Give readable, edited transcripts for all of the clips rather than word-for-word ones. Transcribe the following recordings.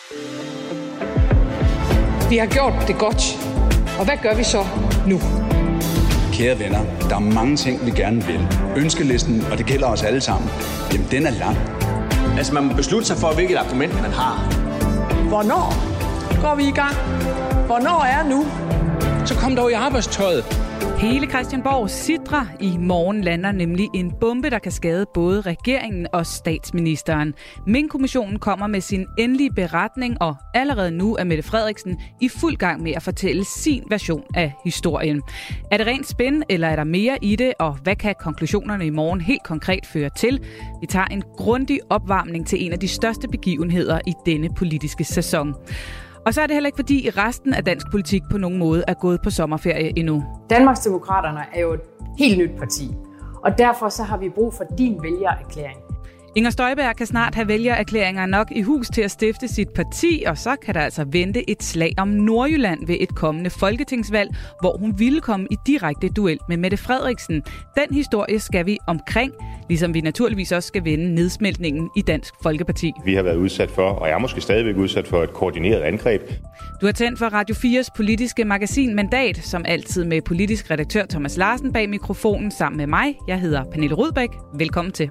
Vi har gjort det godt, og hvad gør vi så nu? Kære venner, der er mange ting, vi gerne vil. Ønskelisten, og det gælder os alle sammen, jamen den er lang. Altså man må beslutte sig for, hvilket argument man har. Hvornår går vi i gang? Hvornår er nu? Så kom dog i arbejdstøjet. Hele Christiansborg sidrer. I morgen lander nemlig en bombe, der kan skade både regeringen og statsministeren. Mink-kommissionen kommer med sin endelige beretning, og allerede nu er Mette Frederiksen i fuld gang med at fortælle sin version af historien. Er det rent spin, eller er der mere i det, og hvad kan konklusionerne i morgen helt konkret føre til? Vi tager en grundig opvarmning til en af de største begivenheder i denne politiske sæson. Og så er det heller ikke fordi resten af dansk politik på nogen måde er gået på sommerferie endnu. Danmarksdemokraterne er jo et helt nyt parti, og derfor så har vi brug for din vælgererklæring. Inger Støjberg kan snart have vælgererklæringer nok i hus til at stifte sit parti, og så kan der altså vente et slag om Nordjylland ved et kommende folketingsvalg, hvor hun ville komme i direkte duel med Mette Frederiksen. Den historie skal vi omkring, ligesom vi naturligvis også skal vende nedsmeltningen i Dansk Folkeparti. Vi har været udsat for, og er måske stadigvæk udsat for, et koordineret angreb. Du har tændt for Radio 4's politiske magasin Mandat, som altid med politisk redaktør Thomas Larsen bag mikrofonen sammen med mig. Jeg hedder Pernille Rudbæk. Velkommen til.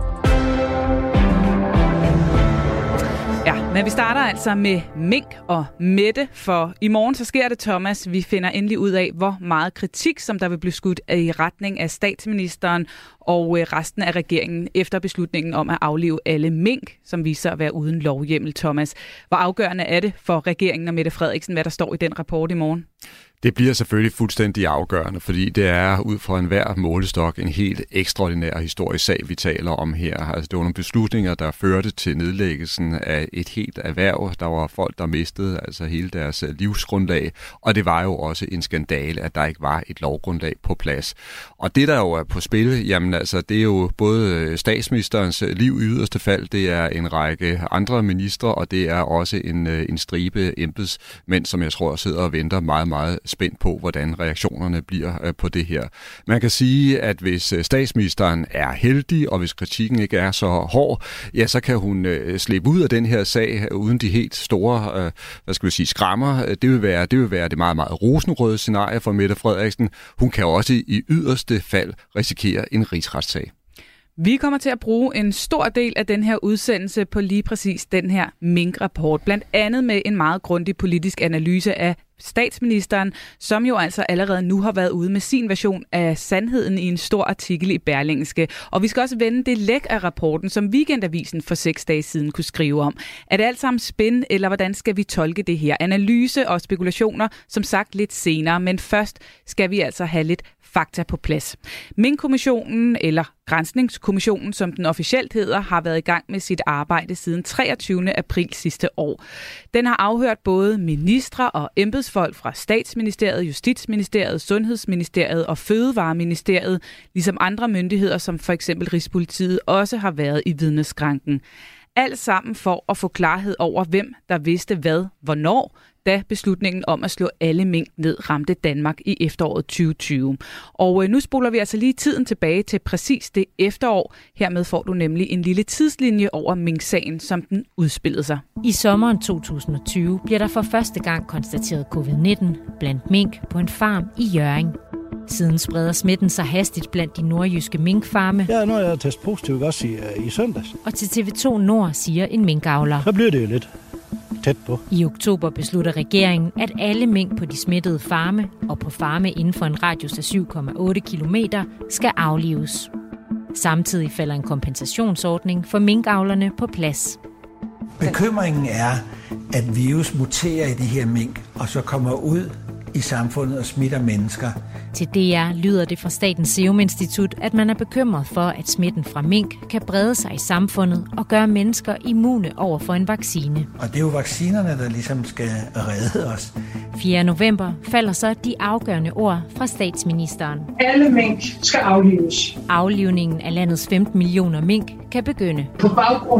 Ja, men vi starter altså med Mink og Mette, for i morgen så sker det, Thomas. Vi finder endelig ud af, hvor meget kritik, som der vil blive skudt i retning af statsministeren og resten af regeringen efter beslutningen om at aflive alle mink, som viser at være uden lovhjemmel, Thomas. Hvor afgørende er det for regeringen og Mette Frederiksen, hvad der står i den rapport i morgen? Det bliver selvfølgelig fuldstændig afgørende, fordi det er ud fra enhver målestok en helt ekstraordinær historisk sag, vi taler om her. Altså, det var nogle beslutninger, der førte til nedlæggelsen af et helt erhverv. Der var folk, der mistede altså hele deres livsgrundlag, og det var jo også en skandale, at der ikke var et lovgrundlag på plads. Og det, der jo er på spil, jamen altså, det er jo både statsministerens liv i yderste fald, det er en række andre ministre, og det er også en stribe embedsmænd, som jeg tror sidder og venter meget, meget spændt på, hvordan reaktionerne bliver på det her. Man kan sige, at hvis statsministeren er heldig, og hvis kritikken ikke er så hård, ja, så kan hun slippe ud af den her sag uden de helt store, skrammer. Det vil være det meget, meget rosenrøde scenarie for Mette Frederiksen. Hun kan også i yderste fald risikere en rigsretssag. Vi kommer til at bruge en stor del af den her udsendelse på lige præcis den her Mink-rapport, blandt andet med en meget grundig politisk analyse af statsministeren, som jo altså allerede nu har været ude med sin version af sandheden i en stor artikel i Berlingske. Og vi skal også vende det læk af rapporten, som Weekendavisen for 6 dage siden kunne skrive om. Er det alt sammen spin, eller hvordan skal vi tolke det her? Analyse og spekulationer, som sagt lidt senere, men først skal vi altså have lidt fakta på plads. Mink-kommissionen, eller Granskningskommissionen, som den officielt hedder, har været i gang med sit arbejde siden 23. april sidste år. Den har afhørt både ministre og embedsfolk fra Statsministeriet, Justitsministeriet, Sundhedsministeriet og Fødevareministeriet, ligesom andre myndigheder, som for eksempel Rigspolitiet, også har været i vidneskranken. Alt sammen for at få klarhed over, hvem der vidste hvad, hvornår, da beslutningen om at slå alle mink ned ramte Danmark i efteråret 2020. Og nu spoler vi altså lige tiden tilbage til præcis det efterår. Hermed får du nemlig en lille tidslinje over mink-sagen, som den udspillede sig. I sommeren 2020 bliver der for første gang konstateret covid-19 blandt mink på en farm i Hjørring. Siden spreder smitten sig hastigt blandt de nordjyske minkfarme. Ja, nu er jeg testet positiv også i søndags. Og til TV2 Nord siger en minkavler. Så bliver det jo lidt tæt på. I oktober beslutter regeringen, at alle mink på de smittede farme og på farme inden for en radius af 7,8 kilometer skal aflives. Samtidig falder en kompensationsordning for minkavlerne på plads. Bekymringen er, at virus muterer i de her mink, og så kommer ud i samfundet og smitter mennesker. Til DR lyder det fra Statens Serum Institut, at man er bekymret for, at smitten fra mink kan brede sig i samfundet og gøre mennesker immune over for en vaccine. Og det er jo vaccinerne, der ligesom skal redde os. 4. november falder så de afgørende ord fra statsministeren. Alle mink skal aflives. Aflivningen af landets 15 millioner mink kan begynde. På baggrund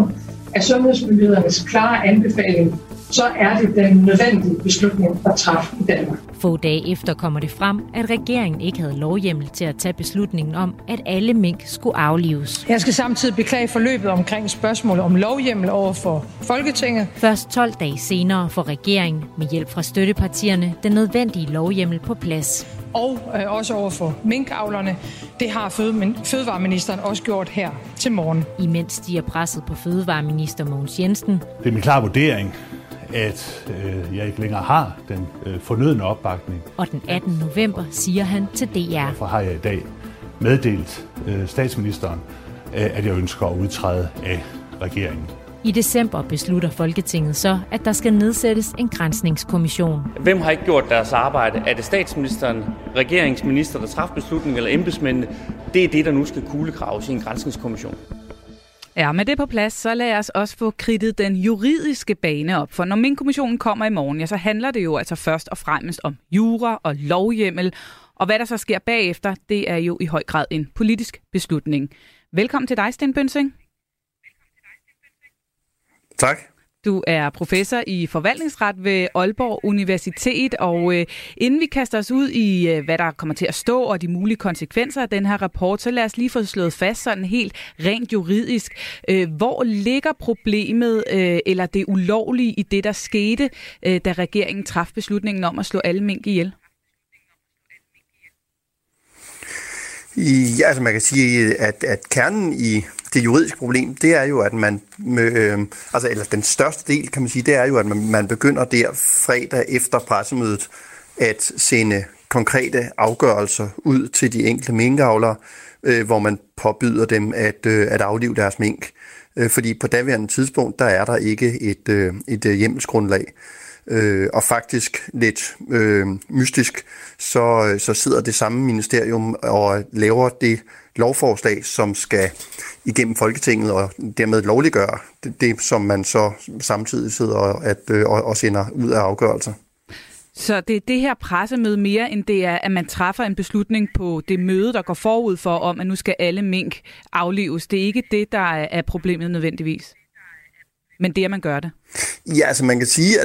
af sundhedsmyndighedernes klare anbefaling, så er det den nødvendige beslutning at træffe i Danmark. Få dage efter kommer det frem, at regeringen ikke havde lovhjemmel til at tage beslutningen om, at alle mink skulle aflives. Jeg skal samtidig beklage forløbet omkring spørgsmålet om lovhjemmel over for Folketinget. Først 12 dage senere får regeringen med hjælp fra støttepartierne den nødvendige lovhjemmel på plads. Og også over for minkavlerne. Det har fødevareministeren også gjort her til morgen. Imens stiger presset på fødevareminister Mogens Jensen. Det er min klare vurdering, at jeg ikke længere har den fornødne opbakning. Og den 18. november siger han til DR. Derfor har jeg i dag meddelt statsministeren, at jeg ønsker at udtræde af regeringen. I december beslutter Folketinget så, at der skal nedsættes en granskningskommission. Hvem har ikke gjort deres arbejde? Er det statsministeren, regeringsminister, der træffer beslutningen, eller embedsmændene? Det er det, der nu skal kuglegraves i en granskningskommission. Ja, med det på plads, så lad os også få kridtet den juridiske bane op. For når Minkkommissionen kommer i morgen, ja, så handler det jo altså først og fremmest om jura og lovhjemmel. Og hvad der så sker bagefter, det er jo i høj grad en politisk beslutning. Velkommen til dig, Sten Bønsing. Tak. Du er professor i forvaltningsret ved Aalborg Universitet, og inden vi kaster os ud i, hvad der kommer til at stå og de mulige konsekvenser af den her rapport, så lad os lige få slået fast sådan helt rent juridisk. Hvor ligger problemet eller det ulovlige i det, der skete, da regeringen traf beslutningen om at slå alle mink ihjel? Ja, altså man kan sige, at kernen i det juridiske problem, det er jo, at man, eller den største del, kan man sige, det er jo, at man begynder der fredag efter pressemødet at sende konkrete afgørelser ud til de enkelte minkavlere, hvor man påbyder dem at aflive deres mink. Fordi på daværende tidspunkt, der er der ikke et hjemmelsgrundlag. Og faktisk lidt mystisk, så sidder det samme ministerium og laver det lovforslag, som skal igennem Folketinget og dermed lovliggøre det, som man så samtidig sidder og sender ud af afgørelser. Så det er det her pressemøde mere, end det er, at man træffer en beslutning på det møde, der går forud for, om at nu skal alle mink aflives. Det er ikke det, der er problemet nødvendigvis. Men det, at man gør det. Ja, altså man kan sige,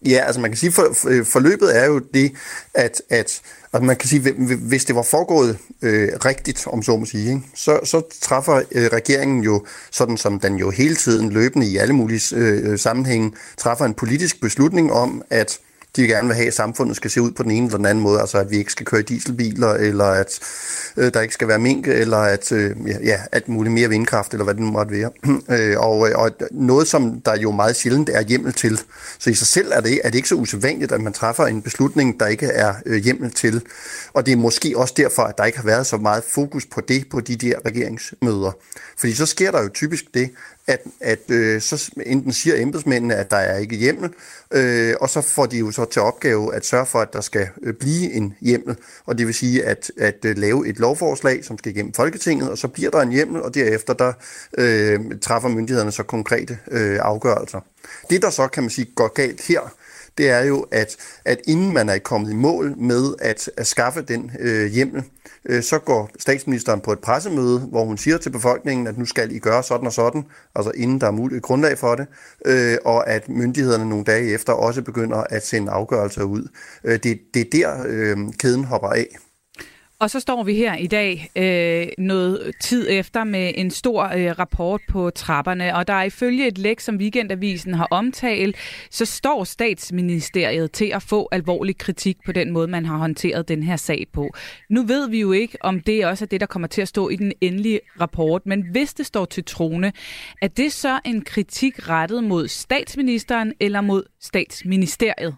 forløbet er jo det, at man kan sige, hvis det var foregået rigtigt, om så må sige, ikke, så træffer regeringen jo, sådan som den jo hele tiden løbende i alle mulige sammenhænge, træffer en politisk beslutning om, at de gerne vil have, at samfundet skal se ud på den ene eller den anden måde, altså at vi ikke skal køre i dieselbiler, eller at der ikke skal være mink, eller at alt muligt mere vindkraft, eller hvad det nu måtte være. Og noget, som der jo meget sjældent er hjemmel til. Så i sig selv er det ikke så usædvanligt, at man træffer en beslutning, der ikke er hjemmel til. Og det er måske også derfor, at der ikke har været så meget fokus på det på de der regeringsmøder. Fordi så sker der jo typisk det, at så enten siger embedsmændene, at der er ikke hjemmel, og så får de jo så til opgave at sørge for, at der skal blive en hjemmel, og det vil sige at lave et lovforslag, som skal igennem Folketinget, og så bliver der en hjemmel, og derefter der træffer myndighederne så konkrete afgørelser. Det, der så, kan man sige, går galt her, det er jo, at inden man er kommet i mål med at skaffe den hjemmel, så går statsministeren på et pressemøde, hvor hun siger til befolkningen, at nu skal I gøre sådan og sådan, altså inden der er muligt grundlag for det, og at myndighederne nogle dage efter også begynder at sende afgørelser ud. Det er der, kæden hopper af. Og så står vi her i dag noget tid efter med en stor rapport på trapperne, og der er ifølge et læk, som Weekendavisen har omtalt, så står Statsministeriet til at få alvorlig kritik på den måde, man har håndteret den her sag på. Nu ved vi jo ikke, om det også er det, der kommer til at stå i den endelige rapport, men hvis det står til troende, er det så en kritik rettet mod statsministeren eller mod Statsministeriet?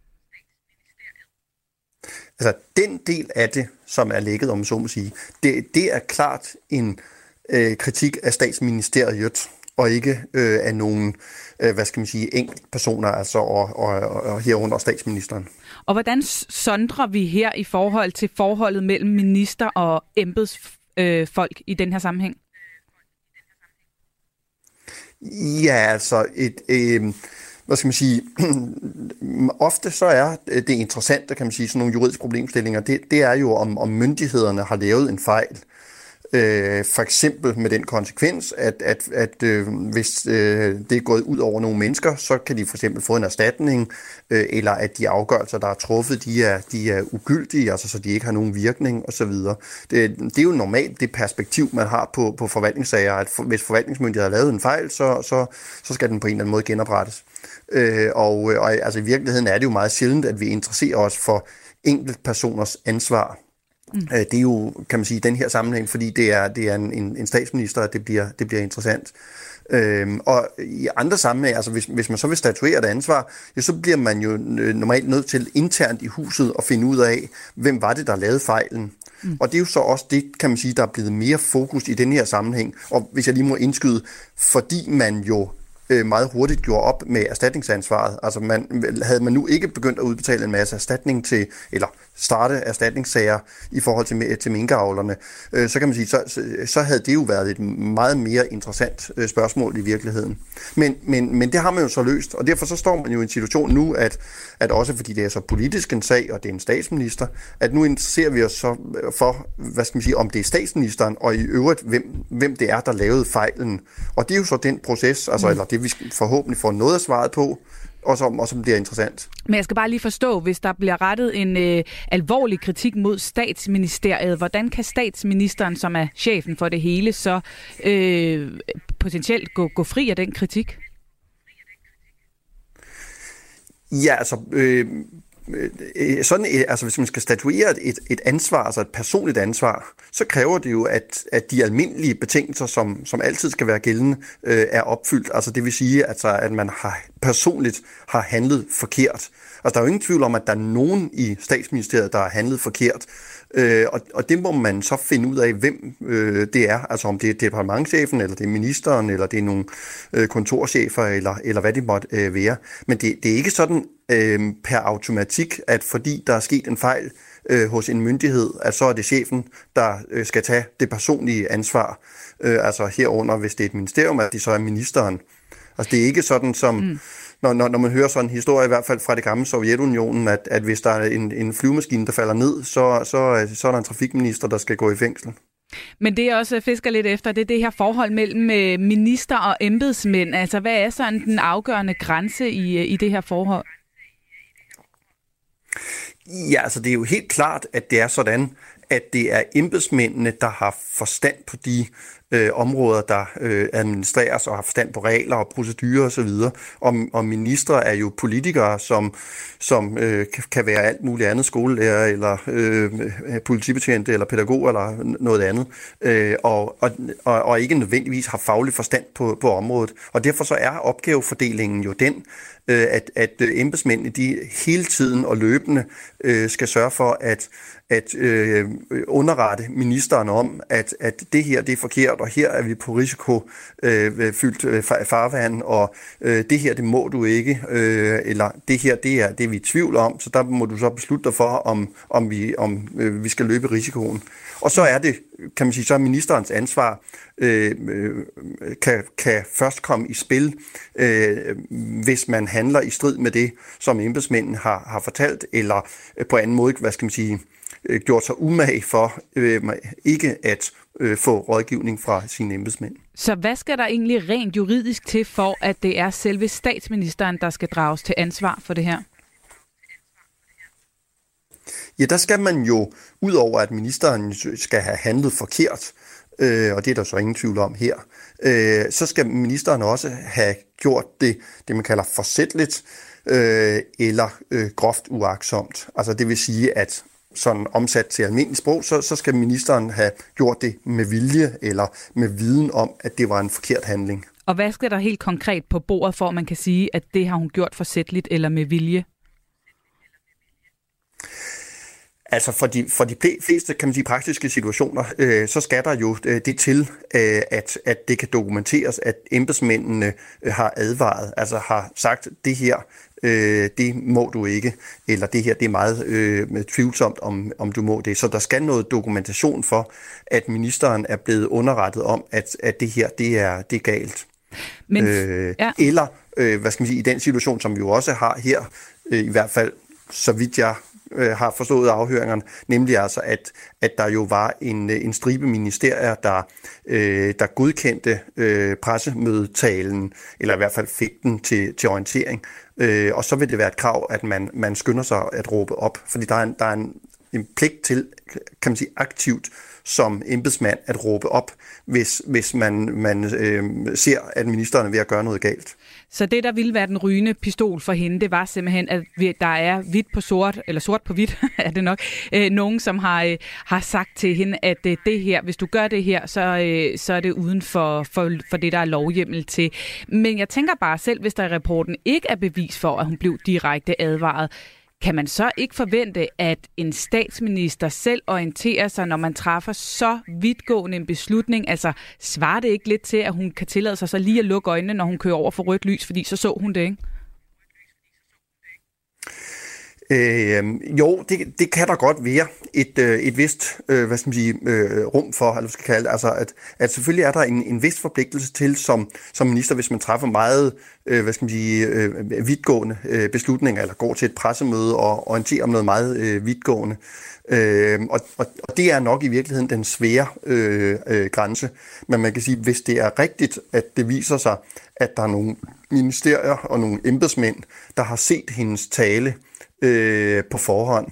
Altså, den del af det, som er lækket, om så må sige, det er klart en kritik af Statsministeriet, og ikke af nogen, enkeltpersoner, altså og herunder statsministeren. Og hvordan sondrer vi her i forhold til forholdet mellem minister og embedsfolk i den her sammenhæng? Ja, altså ofte så er det interessante, kan man sige, sådan nogle juridiske problemstillinger, det er jo, om myndighederne har lavet en fejl. For eksempel med den konsekvens, at hvis det er gået ud over nogle mennesker, så kan de for eksempel få en erstatning, eller at de afgørelser, der er truffet, de er ugyldige, altså så de ikke har nogen virkning osv. Det er jo normalt det perspektiv, man har på forvaltningssager, at hvis forvaltningsmyndigheden har lavet en fejl, så skal den på en eller anden måde genoprettes. Og altså i virkeligheden er det jo meget sjældent, at vi interesserer os for enkeltpersoners ansvar. Det er jo, kan man sige, den her sammenhæng, fordi det er en statsminister, at det bliver interessant. Og i andre sammenhæng, altså hvis man så vil statuere et ansvar, ja, så bliver man jo normalt nødt til internt i huset at finde ud af, hvem var det, der lavede fejlen. Og det er jo så også det, kan man sige, der er blevet mere fokus i den her sammenhæng. Og hvis jeg lige må indskyde, fordi man jo meget hurtigt gjorde op med erstatningsansvaret. Altså havde man nu ikke begyndt at udbetale en masse erstatning til, eller starte erstatningssager i forhold til minkavlerne, så kan man sige, så havde det jo været et meget mere interessant spørgsmål i virkeligheden. Men det har man jo så løst, og derfor så står man jo i en situation nu, at også fordi det er så politisk en sag, og det er en statsminister, at nu interesserer vi os så for, hvad skal man sige, om det er statsministeren, og i øvrigt, hvem det er, der lavede fejlen. Og det er jo så den proces, altså, eller det vi forhåbentlig får noget af svaret på, og som bliver interessant. Men jeg skal bare lige forstå, hvis der bliver rettet en alvorlig kritik mod statsministeriet, hvordan kan statsministeren, som er chefen for det hele, så potentielt gå fri af den kritik? Ja, altså altså hvis man skal statuere et ansvar, altså et personligt ansvar, så kræver det jo, at de almindelige betingelser, som altid skal være gældende, er opfyldt. Altså det vil sige, at man personligt har handlet forkert. Altså der er jo ingen tvivl om, at der er nogen i statsministeriet, der har handlet forkert. Og det må man så finde ud af, hvem det er. Altså om det er departementschefen, eller det er ministeren, eller det er nogle kontorchefer, eller hvad det måtte være. Men det er ikke sådan per automatik, at fordi der er sket en fejl hos en myndighed, at så er det chefen, der skal tage det personlige ansvar. Altså herunder, hvis det er et ministerium, at det så er ministeren. Altså det er ikke sådan som... Når man hører sådan en historie, i hvert fald fra det gamle Sovjetunionen, at hvis der er en flyvemaskine, der falder ned, så er der en trafikminister, der skal gå i fængsel. Men det jeg også fisker lidt efter, det er det her forhold mellem minister og embedsmænd. Altså hvad er sådan den afgørende grænse i det her forhold? Ja, altså det er jo helt klart, at det er sådan, at det er embedsmændene, der har forstand på de områder, der administreres og har forstand på regler og procedurer osv. Og ministre er jo politikere, som kan være alt muligt andet, skolelærer eller politibetjente eller pædagog eller noget andet, og ikke nødvendigvis har faglig forstand på området. Og derfor så er opgavefordelingen jo den, at embedsmændene de hele tiden og løbende skal sørge for at underrette ministeren om, at det her det er forkert, og her er vi på risikofyldt farvand, og det her det må du ikke, eller det her det er vi i tvivl om, så der må du så beslutte dig for, om vi skal løbe risikoen. Og så er det, kan man sige, så er ministerens ansvar kan først komme i spil, hvis man handler i strid med det, som embedsmændene har fortalt, eller på anden måde, hvad skal man sige, gjort sig umage for ikke at få rådgivning fra sine embedsmænd. Så hvad skal der egentlig rent juridisk til for, at det er selve statsministeren, der skal drages til ansvar for det her? Ja, der skal man jo, udover at ministeren skal have handlet forkert, og det er der så ingen tvivl om her, så skal ministeren også have gjort det man kalder forsætligt, eller groft uagtsomt. Altså det vil sige, at sådan omsat til almindelig sprog, så skal ministeren have gjort det med vilje eller med viden om, at det var en forkert handling. Og hvad skal der helt konkret på bordet for, at man kan sige, at det har hun gjort forsætligt eller med vilje? Altså for de fleste, kan man sige, praktiske situationer, så skal der jo det til, at det kan dokumenteres, at embedsmændene har advaret, altså har sagt, det her, det må du ikke, eller det her, det er meget tvivlsomt, om du må det. Så der skal noget dokumentation for, at ministeren er blevet underrettet om, at det her, det er galt. Men, ja. Eller, hvad skal man sige, i den situation, som vi jo også har her, i hvert fald, så vidt jeg har forstået afhøringerne, nemlig altså, at der jo var en stribe ministerier, der godkendte pressemødetalen, eller i hvert fald fik den til orientering. Og så vil det være et krav, at man skynder sig at råbe op, fordi der er en pligt til, kan man sige, aktivt som embedsmand at råbe op, hvis man ser, at ministeren er ved at gøre noget galt. Så det, der ville være den rygende pistol for hende, det var simpelthen, at der er hvidt på sort, eller sort på hvidt, er det nok, nogen, som har sagt til hende, at det her, hvis du gør det her, så er det uden for det, der er lovhjemmel til. Men jeg tænker bare selv, hvis der i rapporten ikke er bevis for, at hun blev direkte advaret, kan man så ikke forvente, at en statsminister selv orienterer sig, når man træffer så vidtgående en beslutning? Altså, svarer det ikke lidt til, at hun kan tillade sig så lige at lukke øjnene, når hun kører over for rødt lys, fordi så hun det, ikke? Jo, det kan der godt være et vist rum for, eller hvad skal kalde det. Altså, at selvfølgelig er der en vis forpligtelse til som minister, hvis man træffer meget vidtgående beslutninger, eller går til et pressemøde og orienterer om noget meget vidtgående. Og det er nok i virkeligheden den svære grænse. Men man kan sige, hvis det er rigtigt, at det viser sig, at der er nogle ministerier og nogle embedsmænd, der har set hendes tale på forhånd,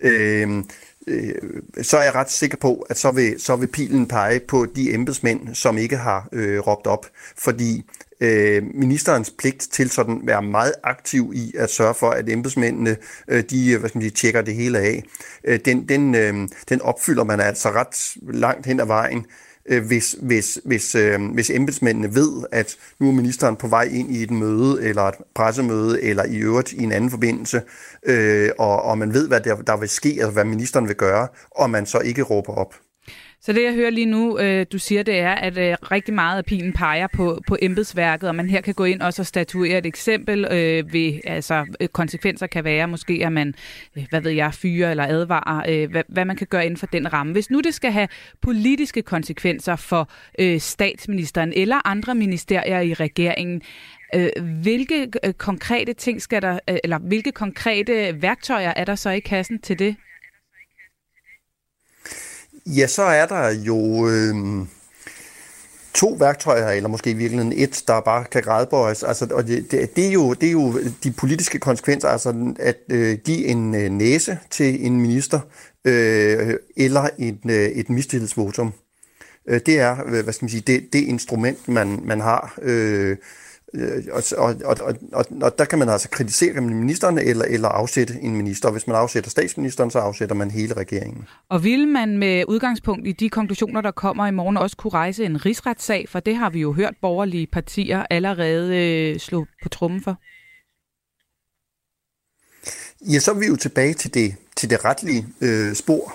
så er jeg ret sikker på, at så vil pilen pege på de embedsmænd, som ikke har råbt op, fordi ministerens pligt til sådan være meget aktiv i at sørge for, at embedsmændene de tjekker det hele af, den opfylder man altså ret langt hen ad vejen, hvis embedsmændene ved, at nu er ministeren på vej ind i et møde, eller et pressemøde, eller i øvrigt i en anden forbindelse, og man ved, hvad der vil ske, altså hvad ministeren vil gøre, og man så ikke råber op. Så det, jeg hører lige nu, du siger, det er, at rigtig meget af pilen peger på embedsværket, og man her kan gå ind og så statuere et eksempel ved, altså konsekvenser kan være, måske at man, fyrer eller advarer, hvad man kan gøre inden for den ramme. Hvis nu det skal have politiske konsekvenser for statsministeren eller andre ministerier i regeringen, hvilke konkrete ting skal der, eller hvilke konkrete værktøjer er der så i kassen til det? Ja, så er der jo to værktøjer, eller måske i virkeligheden et, der bare kan gradbøjes. Altså, og det er jo de politiske konsekvenser, altså at give en næse til en minister eller et mistillidsvotum. Det er, det instrument, man har. Og der kan man altså kritisere ministeren eller afsætte en minister. Og hvis man afsætter statsministeren, så afsætter man hele regeringen. Og vil man med udgangspunkt i de konklusioner, der kommer i morgen, også kunne rejse en rigsretssag? For det har vi jo hørt borgerlige partier allerede slå på trommen for. Ja, så er vi jo tilbage til det retlige spor.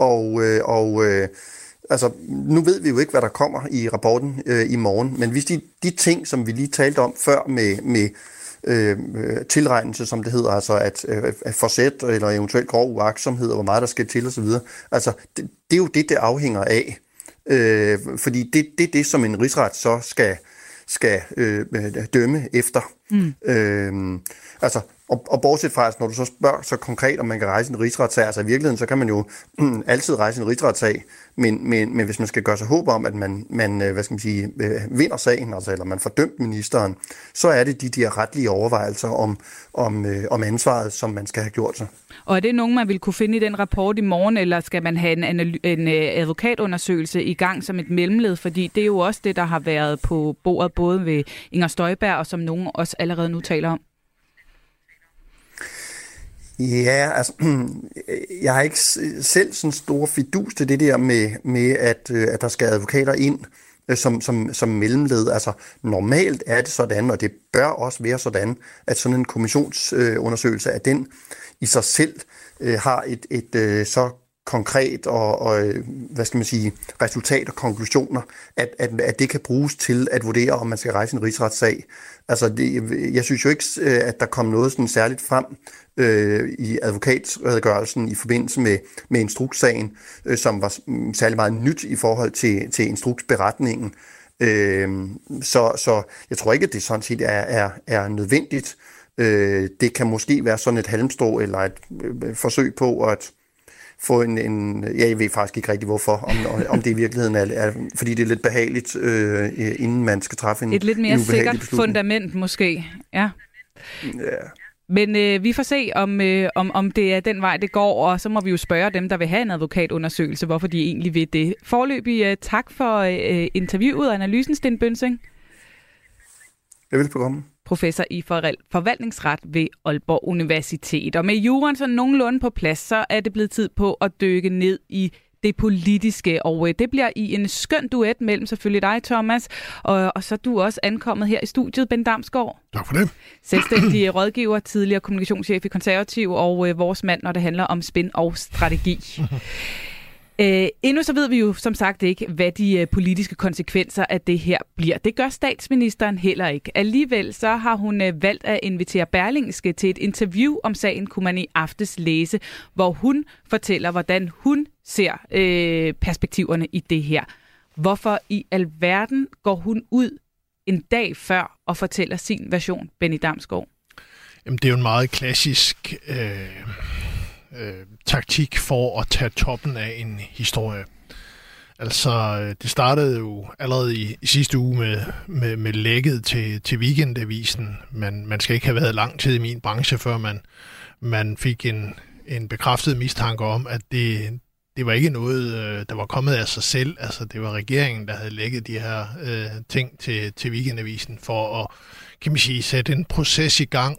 Altså, nu ved vi jo ikke, hvad der kommer i rapporten i morgen, men hvis de ting, som vi lige talte om før med tilregnelse, som det hedder, altså at forsæt eller eventuelt grov uagtsomhed, og hvor meget der skal til osv., altså det er jo det afhænger af. Fordi det er det, som en rigsret så skal dømme efter. Altså, og bortset fra, når du så spørger så konkret, om man kan rejse en rigsretssag, altså i virkeligheden, så kan man jo altid rejse en rigsretssag, men hvis man skal gøre sig håb om, at man vinder sagen, altså, eller man får dømt ministeren, så er det de der retlige overvejelser om ansvaret, som man skal have gjort sig. Og er det nogen, man vil kunne finde i den rapport i morgen, eller skal man have en advokatundersøgelse i gang som et mellemled? Fordi det er jo også det, der har været på bordet både ved Inger Støjberg, og som nogen også allerede nu taler om. Ja, altså, jeg har ikke selv sådan stor fidus til det der med at der skal advokater ind som mellemled. Altså, normalt er det sådan, og det bør også være sådan, at sådan en kommissionsundersøgelse af den i sig selv har et så konkret og resultat og konklusioner, at det kan bruges til at vurdere, om man skal rejse en rigsretssag. Altså, jeg synes jo ikke, at der kom noget sådan særligt frem i advokatredegørelsen i forbindelse med instrukssagen, som var særlig meget nyt i forhold til instruksberetningen. Så jeg tror ikke, at det sådan set er nødvendigt Det kan måske være sådan et halmstrå eller et forsøg på at få jeg ved faktisk ikke rigtig hvorfor, om det i virkeligheden er fordi det er lidt behageligt, inden man skal træffe en ubehagelig beslutning. Et lidt mere sikkert fundament måske, ja. Men vi får se, om det er den vej, det går, og så må vi jo spørge dem, der vil have en advokatundersøgelse, hvorfor de egentlig vil det. Foreløbig tak for interviewet og analysen, Sten Bønsing. Jeg vil programmet. Professor i forvaltningsret ved Aalborg Universitet. Og med juraen så nogenlunde på plads, så er det blevet tid på at dykke ned i det politiske, og det bliver i en skøn duet mellem selvfølgelig dig, Thomas, og så er du også ankommet her i studiet, Ben Damsgaard. Tak for det. Selvstændig rådgiver, tidligere kommunikationschef i Konservativ, og vores mand, når det handler om spin og strategi. Endnu så ved vi jo som sagt ikke, hvad de politiske konsekvenser af det her bliver. Det gør statsministeren heller ikke. Alligevel så har hun valgt at invitere Berlingske til et interview om sagen, kunne man i aftes læse, hvor hun fortæller, hvordan hun ser perspektiverne i det her. Hvorfor i alverden går hun ud en dag før og fortæller sin version, Benny Damsgaard? Jamen, det er jo en meget klassisk taktik for at tage toppen af en historie. Altså, det startede jo allerede i sidste uge med lækket til Weekendavisen. Man skal ikke have været lang tid i min branche, før man fik en bekræftet mistanke om, at det var ikke noget, der var kommet af sig selv. Altså, det var regeringen, der havde lækket de her ting til Weekendavisen for at, kan man sige, sætte en proces i gang,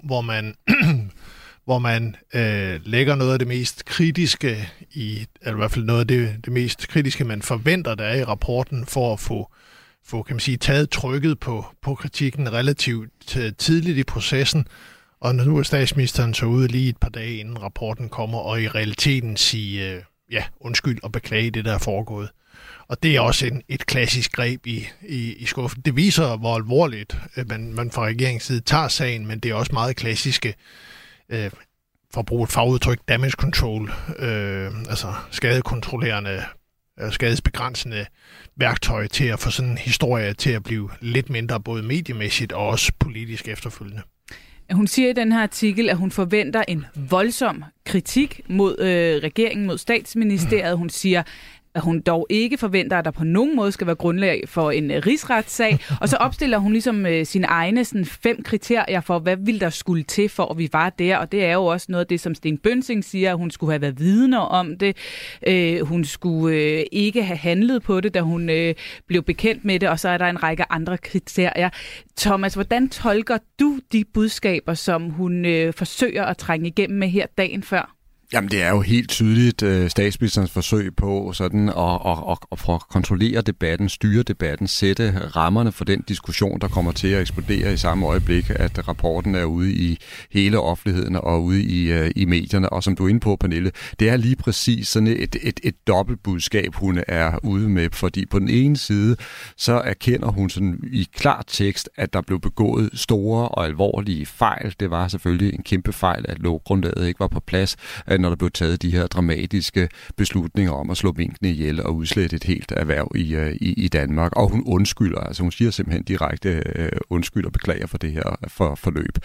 hvor man lægger noget af det mest kritiske eller i hvert fald noget af det mest kritiske, man forventer, der er i rapporten, for at få kan man sige, taget trykket på kritikken relativt tidligt i processen. Og nu er statsministeren så ude lige et par dage inden rapporten kommer, og i realiteten sige undskyld og beklage det, der er foregået. Og det er også et klassisk greb i skuffen. Det viser, hvor alvorligt man fra regeringens side tager sagen, men det er også meget klassiske for at bruge et fagudtryk, damage control, altså skadekontrollerende, skadesbegrænsende værktøj til at få sådan en historie til at blive lidt mindre, både mediemæssigt og også politisk efterfølgende. Hun siger i den her artikel, at hun forventer en voldsom kritik mod regeringen, mod statsministeriet. Hun siger, at hun dog ikke forventer, at der på nogen måde skal være grundlag for en rigsretssag. Og så opstiller hun ligesom sine egne 5 kriterier for, hvad ville der skulle til, for at vi var der. Og det er jo også noget af det, som Sten Bønsing siger, at hun skulle have været vidner om det. Hun skulle ikke have handlet på det, da hun blev bekendt med det. Og så er der en række andre kriterier. Thomas, hvordan tolker du de budskaber, som hun forsøger at trænge igennem med her dagen før? Jamen, det er jo helt tydeligt statsministerens forsøg på sådan at kontrollere debatten, styre debatten, sætte rammerne for den diskussion, der kommer til at eksplodere i samme øjeblik, at rapporten er ude i hele offentligheden og ude i medierne. Og som du er inde på, Pernille, det er lige præcis sådan et dobbeltbudskab, hun er ude med, fordi på den ene side, så erkender hun sådan i klar tekst, at der blev begået store og alvorlige fejl. Det var selvfølgelig en kæmpe fejl, at lovgrundlaget ikke var på plads, når der blev taget de her dramatiske beslutninger om at slå minkene ihjel og udslette et helt erhverv i Danmark. Og hun undskylder, altså hun siger simpelthen direkte undskyld og beklager for det her forløb.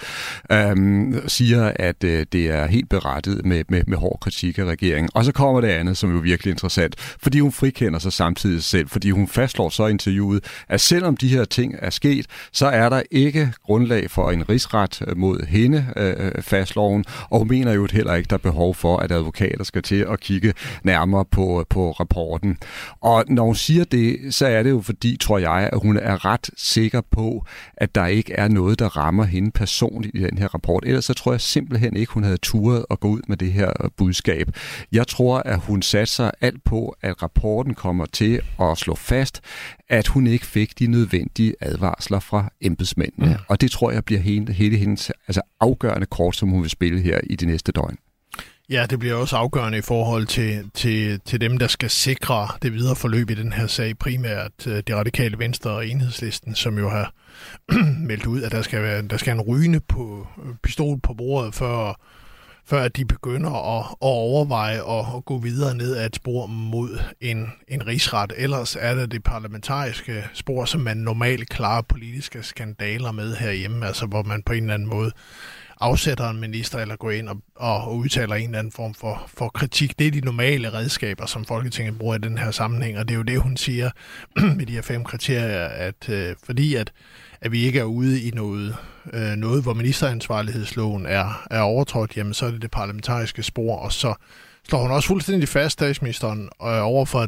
Siger, at det er helt berettiget med hård kritik af regeringen. Og så kommer det andet, som er jo virkelig interessant, fordi hun frikender sig samtidig selv, fordi hun fastslår så i interviewet, at selvom de her ting er sket, så er der ikke grundlag for en rigsret mod hende, fastslår hun, og hun mener jo heller ikke, der er behov for, at advokater skal til at kigge nærmere på rapporten. Og når hun siger det, så er det jo fordi, tror jeg, at hun er ret sikker på, at der ikke er noget, der rammer hende personligt i den her rapport. Ellers så tror jeg simpelthen ikke, hun havde turet at gå ud med det her budskab. Jeg tror, at hun satser alt på, at rapporten kommer til at slå fast, at hun ikke fik de nødvendige advarsler fra embedsmændene. Og det tror jeg bliver hele hendes afgørende kort, som hun vil spille her i de næste døgn. Ja, det bliver også afgørende i forhold til dem, der skal sikre det videre forløb i den her sag. Primært det radikale Venstre og Enhedslisten, som jo har meldt ud, at der skal en rygende pistol på bordet, før de begynder at overveje at gå videre ned ad et spor mod en rigsret. Ellers er det parlamentariske spor, som man normalt klarer politiske skandaler med herhjemme, altså hvor man på en eller anden måde afsætter en minister eller går ind og udtaler en eller anden form for kritik. Det er de normale redskaber, som Folketinget bruger i den her sammenhæng, og det er jo det, hun siger med de her 5 kriterier, at fordi at vi ikke er ude i noget, hvor ministeransvarlighedsloven er overtrådt, jamen så er det parlamentariske spor, og så slår hun også fuldstændig fast, statsministeren, over for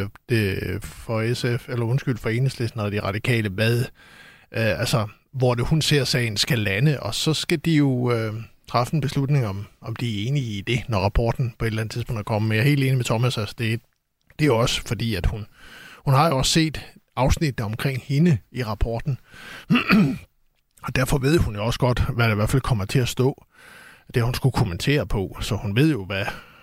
SF, eller undskyld, for Enhedslisten og de radikale, hvor hun ser sagen skal lande, og så skal de jo træffe en beslutning om de er enige i det, når rapporten på et eller andet tidspunkt er kommet. Men jeg er helt enig med Thomas, altså det er jo også fordi, at hun har jo også set afsnittet omkring hende i rapporten, og derfor ved hun jo også godt, hvad der i hvert fald kommer til at stå, det hun skulle kommentere på, så hun ved jo,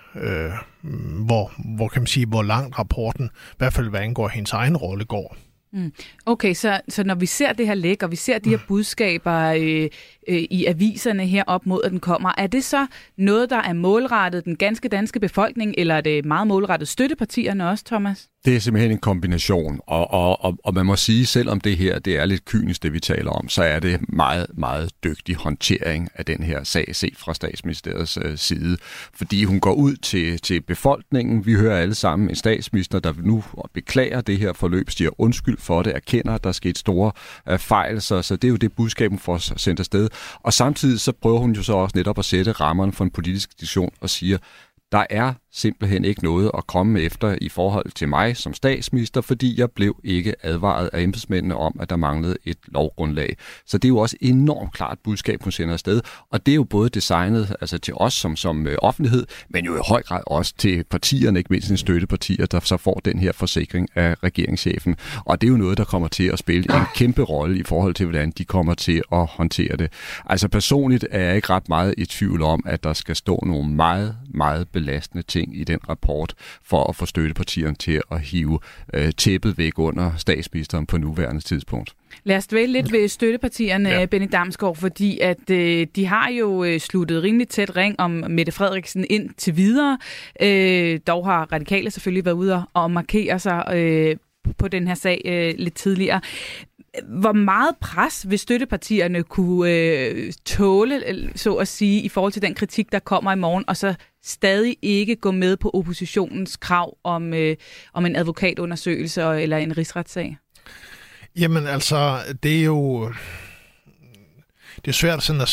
hvor kan man sige, hvor langt rapporten, i hvert fald hvad angår hendes egen rolle, går. Okay, så når vi ser det her læk, og vi ser de her budskaber i aviserne her op mod, at den kommer, er det så noget, der er målrettet den ganske danske befolkning, eller er det meget målrettet støttepartierne også, Thomas? Det er simpelthen en kombination, og man må sige, selvom det her det er lidt kynisk, det vi taler om, så er det meget, meget dygtig håndtering af den her sag set fra Statsministeriets side, fordi hun går ud til befolkningen. Vi hører alle sammen en statsminister, der nu beklager det her forløb, siger undskyld for det, erkender, at der er sket store fejl, så det er jo det budskab, hun får sendt afsted. Og samtidig så prøver hun jo så også netop at sætte rammerne for en politisk diskussion og siger, der er simpelthen ikke noget at komme efter i forhold til mig som statsminister, fordi jeg blev ikke advaret af embedsmændene om, at der manglede et lovgrundlag. Så det er jo også enormt klart budskab, hun sender afsted, og det er jo både designet altså til os som offentlighed, men jo i høj grad også til partierne, ikke mindst støttepartier, der så får den her forsikring af regeringschefen. Og det er jo noget, der kommer til at spille en kæmpe rolle i forhold til, hvordan de kommer til at håndtere det. Altså personligt er jeg ikke ret meget i tvivl om, at der skal stå nogle meget, meget belastende ting i den rapport for at få støttepartierne til at hive tæppet væk under statsministeren på nuværende tidspunkt. Lad os dvæle lidt ved støttepartierne, Benny Damsgaard, fordi at de har jo sluttet rimelig tæt ring om Mette Frederiksen ind til videre. Dog har Radikale selvfølgelig været ude og markere sig på den her sag lidt tidligere. Hvor meget pres vil støttepartierne kunne tåle, så at sige, i forhold til den kritik, der kommer i morgen, og så stadig ikke gå med på oppositionens krav om en advokatundersøgelse eller en rigsretssag? Jamen altså, det er jo svært sådan at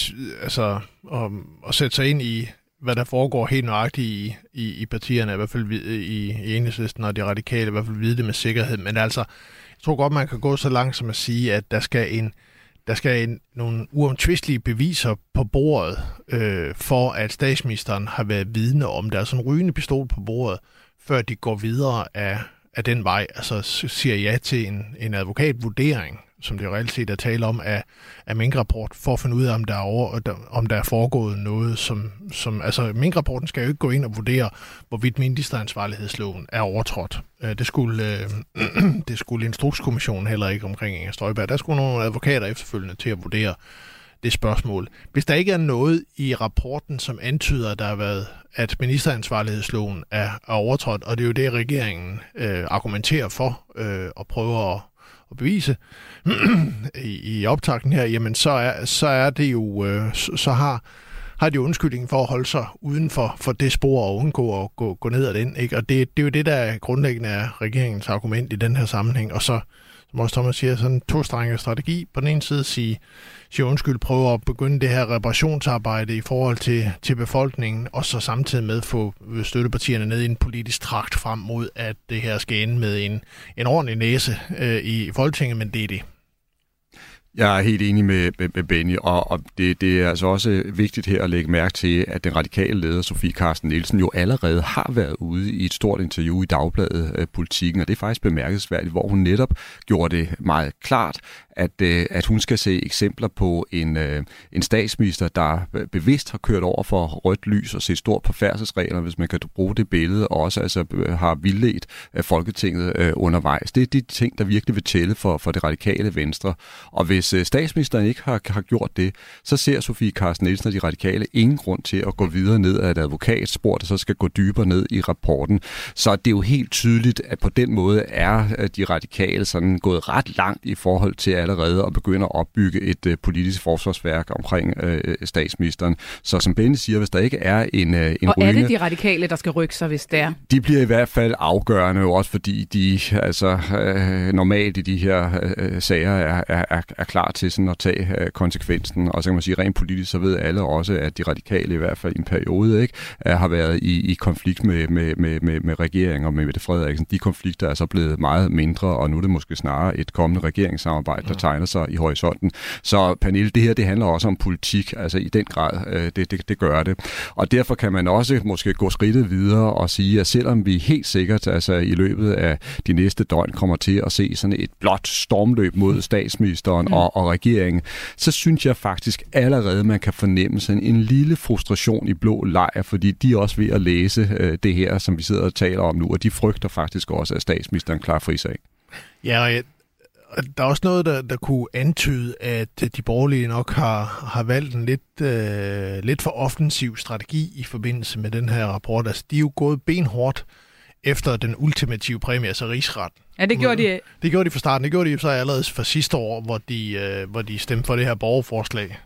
sætte sig ind i, hvad der foregår helt nøjagtigt i partierne, i hvert fald i Enhedslisten og de radikale, i hvert fald vide det med sikkerhed. Men altså, jeg tror godt, man kan gå så langt som at sige, at der skal nogle uomtvistelige beviser på bordet, for at statsministeren har været vidne om, der er sådan en rygende pistol på bordet, før de går videre af den vej, altså siger ja til en advokatvurdering, som det jo reelt set er tale om af minkrapport, for at finde ud af, om der er foregået noget, som altså minkrapporten skal jo ikke gå ind og vurdere, hvorvidt ministeransvarlighedsloven er overtrådt. Det skulle Instrukskommissionen heller ikke omkring Inger Støjberg. Der skulle nogle advokater efterfølgende til at vurdere det spørgsmål. Hvis der ikke er noget i rapporten, som antyder, at ministeransvarlighedsloven er overtrådt, og det er jo det, regeringen argumenterer for og prøver at bevise i optakten her, jamen så er det jo, så har de undskyldningen for at holde sig uden for det spor og undgå at gå ned ad den, ikke? Og det er jo det, der grundlæggende er regeringens argument i den her sammenhæng, og så, som også Thomas siger, sådan en tostrenget strategi. På den ene side sige undskyld, prøve at begynde det her reparationsarbejde i forhold til befolkningen, og så samtidig med få støttepartierne ned i en politisk trakt frem mod, at det her skal ende med en ordentlig næse i Folketinget, men det er det. Jeg er helt enig med Benny, og det er altså også vigtigt her at lægge mærke til, at den radikale leder, Sofie Carsten Nielsen, jo allerede har været ude i et stort interview i Dagbladet Politikken, og det er faktisk bemærkelsesværdigt, hvor hun netop gjorde det meget klart, at hun skal se eksempler på en statsminister, der bevidst har kørt over for rødt lys og set stort på færdselsregler, hvis man kan bruge det billede, og også altså har vildledt Folketinget undervejs. Det er de ting, der virkelig vil tælle for det radikale Venstre. Og hvis statsministeren ikke har gjort det, så ser Sofie Carsten Nielsen og de radikale ingen grund til at gå videre ned ad et advokatspor, der så skal gå dybere ned i rapporten. Så det er jo helt tydeligt, at på den måde er de radikale sådan gået ret langt i forhold til allerede at begynde at opbygge et politisk forsvarsværk omkring statsministeren. Så som Benny siger, hvis der ikke er en og rygende... er det de radikale, der skal rykke sig, hvis det er? De bliver i hvert fald afgørende, også fordi de normalt i de her sager er klar til sådan at tage konsekvensen. Og så kan man sige, rent politisk, så ved alle også, at de radikale i hvert fald i en periode ikke har været i konflikt med regeringen og med Mette Frederiksen. De konflikter er så blevet meget mindre, og nu er det måske snarere et kommende regeringssamarbejde, der tegner sig i horisonten. Så Pernille, det her, det handler også om politik, altså i den grad, det gør det. Og derfor kan man også måske gå skridtet videre og sige, at selvom vi helt sikkert altså i løbet af de næste døgn kommer til at se sådan et blåt stormløb mod statsministeren og regeringen, så synes jeg faktisk allerede, man kan fornemme sådan en lille frustration i blå lejr, fordi de er også ved at læse det her, som vi sidder og taler om nu, og de frygter faktisk også, at statsministeren klarer frisag. Ja, og der er også noget, der kunne antyde, at de borgerlige nok har valgt en lidt for offensiv strategi i forbindelse med den her rapport. Altså, de er jo gået benhårdt efter den ultimative præmie, altså rigsretten. Ja, det gjorde de. Det gjorde de fra starten. Det gjorde de så allerede fra sidste år, hvor de stemte for det her borgerforslag.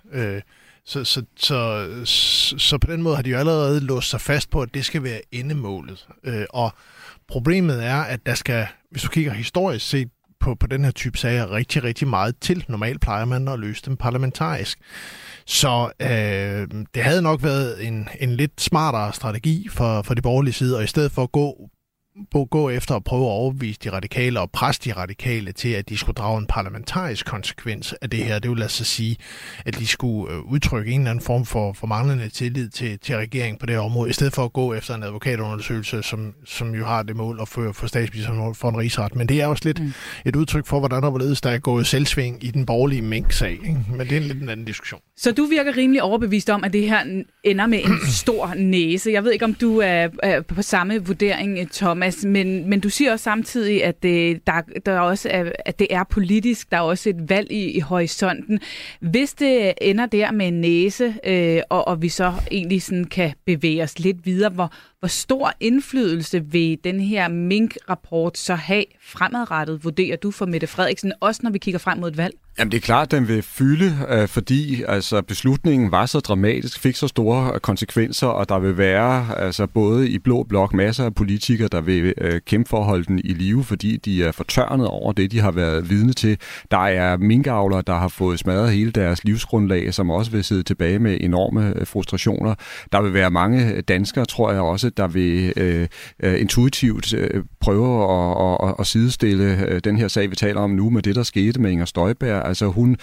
Så på den måde har de jo allerede låst sig fast på, at det skal være endemålet. Og problemet er, at der skal, hvis du kigger historisk set på den her type sager, rigtig, rigtig meget til. Normalt plejer man at løse dem parlamentarisk. Så det havde nok været en lidt smartere strategi for de borgerlige side, og i stedet for at gå efter at prøve at overbevise de radikale og presse de radikale til, at de skulle drage en parlamentarisk konsekvens af det her. Det vil altså sige, at de skulle udtrykke en eller anden form for manglende tillid til regeringen på det her område, i stedet for at gå efter en advokatundersøgelse, som jo har det mål at få statsministeren for en rigsret. Men det er også lidt et udtryk for, hvordan der er gået selvsving i den borgerlige mink-sag. Ikke? Men det er en lidt en anden diskussion. Så du virker rimelig overbevist om, at det her ender med en stor næse. Jeg ved ikke, om du er på samme vurdering, Thomas, men du siger også samtidig, at der også at det er politisk. Der er også et valg i horisonten. Hvis det ender der med en næse, og vi så egentlig sådan kan bevæge os lidt videre, hvor stor indflydelse vil den her mink-rapport så have fremadrettet, vurderer du for Mette Frederiksen, også når vi kigger frem mod et valg? Jamen det er klart, at den vil fylde, fordi altså, beslutningen var så dramatisk, fik så store konsekvenser, og der vil være altså, både i blå blok masser af politikere, der vil kæmpe for at holde den i live, fordi de er fortørnet over det, de har været vidne til. Der er minkavlere, der har fået smadret hele deres livsgrundlag, som også vil sidde tilbage med enorme frustrationer. Der vil være mange danskere, tror jeg også, der vil intuitivt prøve at sidestille den her sag, vi taler om nu, med det, der skete med Inger Støjberg. Altså hun,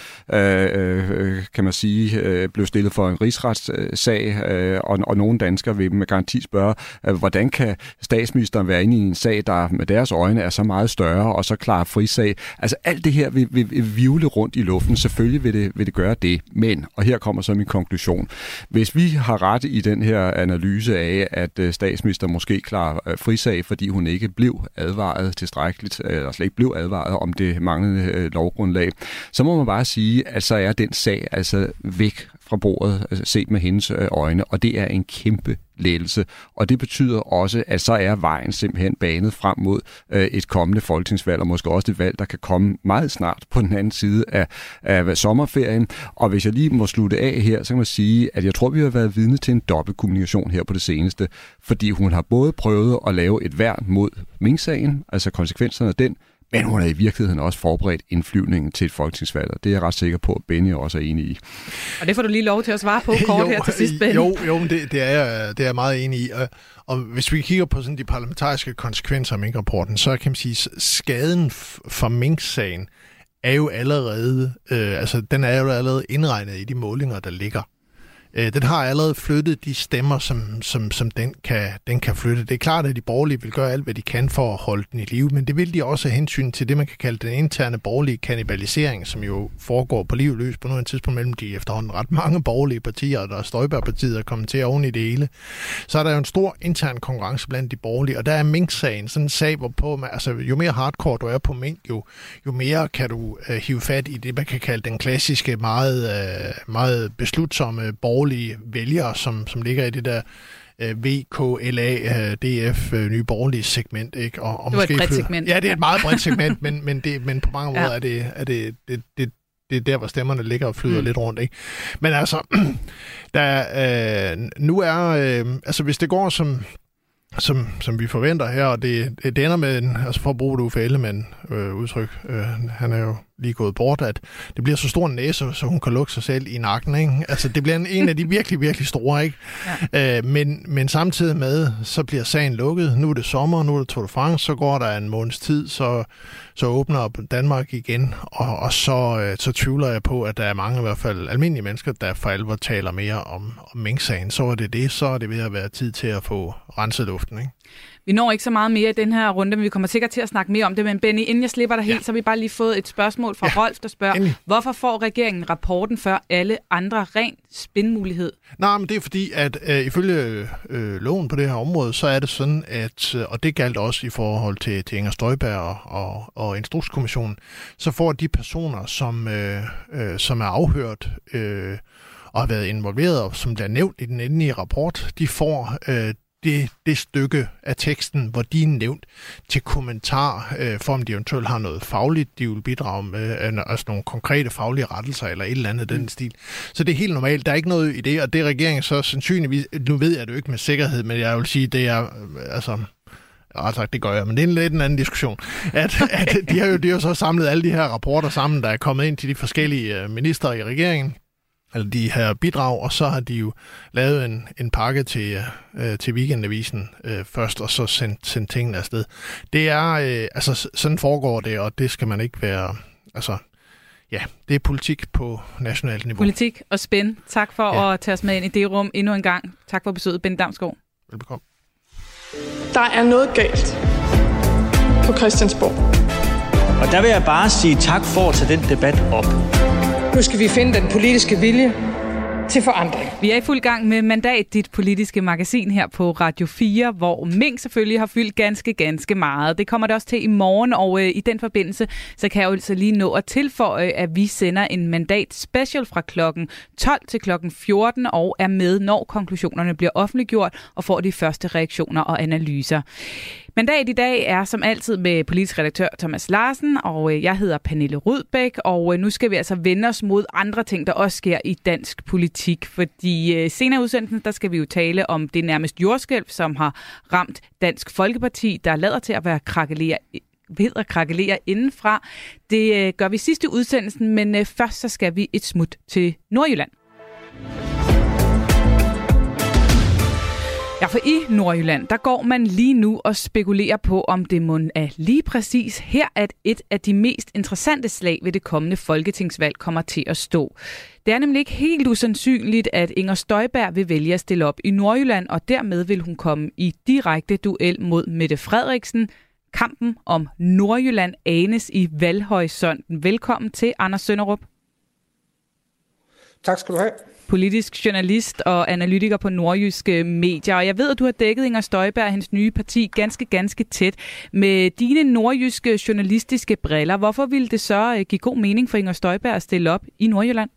kan man sige, blev stillet for en rigsretssag, og nogle danskere vil med garanti spørge, hvordan kan statsministeren være inde i en sag, der med deres øjne er så meget større, og så klar frisag. Altså alt det her vil vivle rundt i luften. Selvfølgelig vil det gøre det. Men, og her kommer så min konklusion. Hvis vi har ret i den her analyse af, at statsministeren måske klarer frisag, fordi hun ikke blev advaret tilstrækkeligt, eller slet ikke blev advaret om det manglende lovgrundlag, så må man bare sige, at så er den sag altså væk fra bordet, set med hendes øjne, og det er en kæmpe lettelse. Og det betyder også, at så er vejen simpelthen banet frem mod et kommende folketingsvalg, og måske også et valg, der kan komme meget snart på den anden side af sommerferien. Og hvis jeg lige må slutte af her, så kan man sige, at jeg tror, vi har været vidne til en dobbeltkommunikation her på det seneste, fordi hun har både prøvet at lave et værn mod minksagen, altså konsekvenserne af den, men hun har i virkeligheden også forberedt indflyvningen til et folketingsvalg, og det er jeg ret sikker på, at Benny også er enig i. Og det får du lige lov til at svare på kort her til sidst, Benny. Jo, det er jeg meget enig i. Og hvis vi kigger på sådan de parlamentariske konsekvenser af minkrapporten, så kan man sige, at skaden for minksagen er jo allerede, den er jo allerede indregnet i de målinger, der ligger. Den har allerede flyttet de stemmer, som den kan flytte. Det er klart, at de borgerlige vil gøre alt, hvad de kan for at holde den i live, men det vil de også have hensyn til det, man kan kalde den interne borgerlige kannibalisering, som jo foregår på liv løs på noget tidspunkt mellem de efterhånden ret mange borgerlige partier, og der er Støjberg-partiet, der kommer til oven i det hele. Så er der jo en stor intern konkurrence blandt de borgerlige, og der er mink-sagen sådan en sag, hvorpå jo mere hardcore du er på mink, jo mere kan du hive fat i det, man kan kalde den klassiske, meget beslutsomme borgerlige vælgere, som ligger i det der VKLA, DF, nye borgerlige segment, ikke? Og det var et bredt segment. Ja, det er et meget bredt segment, men på mange måder er det det er der, hvor stemmerne ligger og flyder lidt rundt, ikke? Men altså, nu er, altså hvis det går som vi forventer her, og det ender med, altså for at bruge det Uffe Ellemann udtryk, han er jo lige gået bort, at det bliver så stor en næse, så hun kan lukke sig selv i nakken, ikke? Altså det bliver en af de virkelig, virkelig store, ikke? Ja. Men samtidig med, så bliver sagen lukket. Nu er det sommer, nu er det Tour de France, så går der en måneds tid, så åbner Danmark igen, og så tvivler jeg på, at der er mange, i hvert fald almindelige mennesker, der for alvor taler mere om minksagen. Så er det ved at være tid til at få renset luften, ikke? Vi når ikke så meget mere i den her runde, men vi kommer sikkert til at snakke mere om det. Men Benny, inden jeg slipper dig helt, så har vi bare lige fået et spørgsmål fra Rolf, der spørger, hvorfor får regeringen rapporten før alle andre ren spinmulighed? Nej, men det er fordi, at ifølge loven på det her område, så er det sådan, at, og det galt også i forhold til Inger Støjberg og Instrukskommissionen, så får de personer, som er afhørt og har været involveret, og som bliver nævnt i den endelige rapport, de får det stykke af teksten, hvor de er nævnt til kommentar, for om de eventuelt har noget fagligt, de vil bidrage med, altså nogle konkrete faglige rettelser, eller et eller andet den stil. Så det er helt normalt. Der er ikke noget i det, og det regeringen så sandsynligvis, nu ved jeg det jo ikke med sikkerhed, men jeg vil sige, det er, altså, det gør jeg, men det er lidt en anden diskussion. At de har jo så samlet alle de her rapporter sammen, der er kommet ind til de forskellige ministre i regeringen, eller de her bidrag, og så har de jo lavet en pakke til Weekendavisen først, og så sendt tingene afsted. Det er, altså sådan foregår det, og det skal man ikke være, altså, ja, det er politik på nationalt niveau. Politik og spænd. Tak for at tage os med ind i det rum endnu en gang. Tak for besøget, Benny Damsgaard. Velbekomme. Der er noget galt på Christiansborg. Og der vil jeg bare sige tak for at tage den debat op. Nu skal vi finde den politiske vilje til forandring. Vi er i fuld gang med Mandat, dit politiske magasin her på Radio 4, hvor mink selvfølgelig har fyldt ganske meget. Det kommer det også til i morgen, og i den forbindelse, så kan jeg jo altså lige nå at tilføje, at vi sender en Mandat special fra klokken 12 til klokken 14, og er med, når konklusionerne bliver offentliggjort, og får de første reaktioner og analyser. Mandat i dag er som altid med politisk redaktør Thomas Larsen, og jeg hedder Pernille Rudbæk, og nu skal vi altså vende os mod andre ting, der også sker i dansk politik, fordi senere i udsendelsen, der skal vi jo tale om det nærmest jordskælv, som har ramt Dansk Folkeparti, der lader til at være ved at krakelere indenfra. Det gør vi sidst i udsendelsen, men først så skal vi et smut til Nordjylland. Ja, for i Nordjylland, der går man lige nu og spekulerer på, om det mon er lige præcis her, at et af de mest interessante slag ved det kommende folketingsvalg kommer til at stå. Det er nemlig ikke helt usandsynligt, at Inger Støjberg vil vælge at stille op i Nordjylland, og dermed vil hun komme i direkte duel mod Mette Frederiksen. Kampen om Nordjylland anes i valghorisonten. Velkommen til, Anders Sønderup. Tak skal du have. Politisk journalist og analytiker på nordjyske medier. Og jeg ved, at du har dækket Inger Støjberg og hendes nye parti ganske tæt. Med dine nordjyske journalistiske briller, hvorfor ville det så give god mening for Inger Støjberg at stille op i Nordjylland?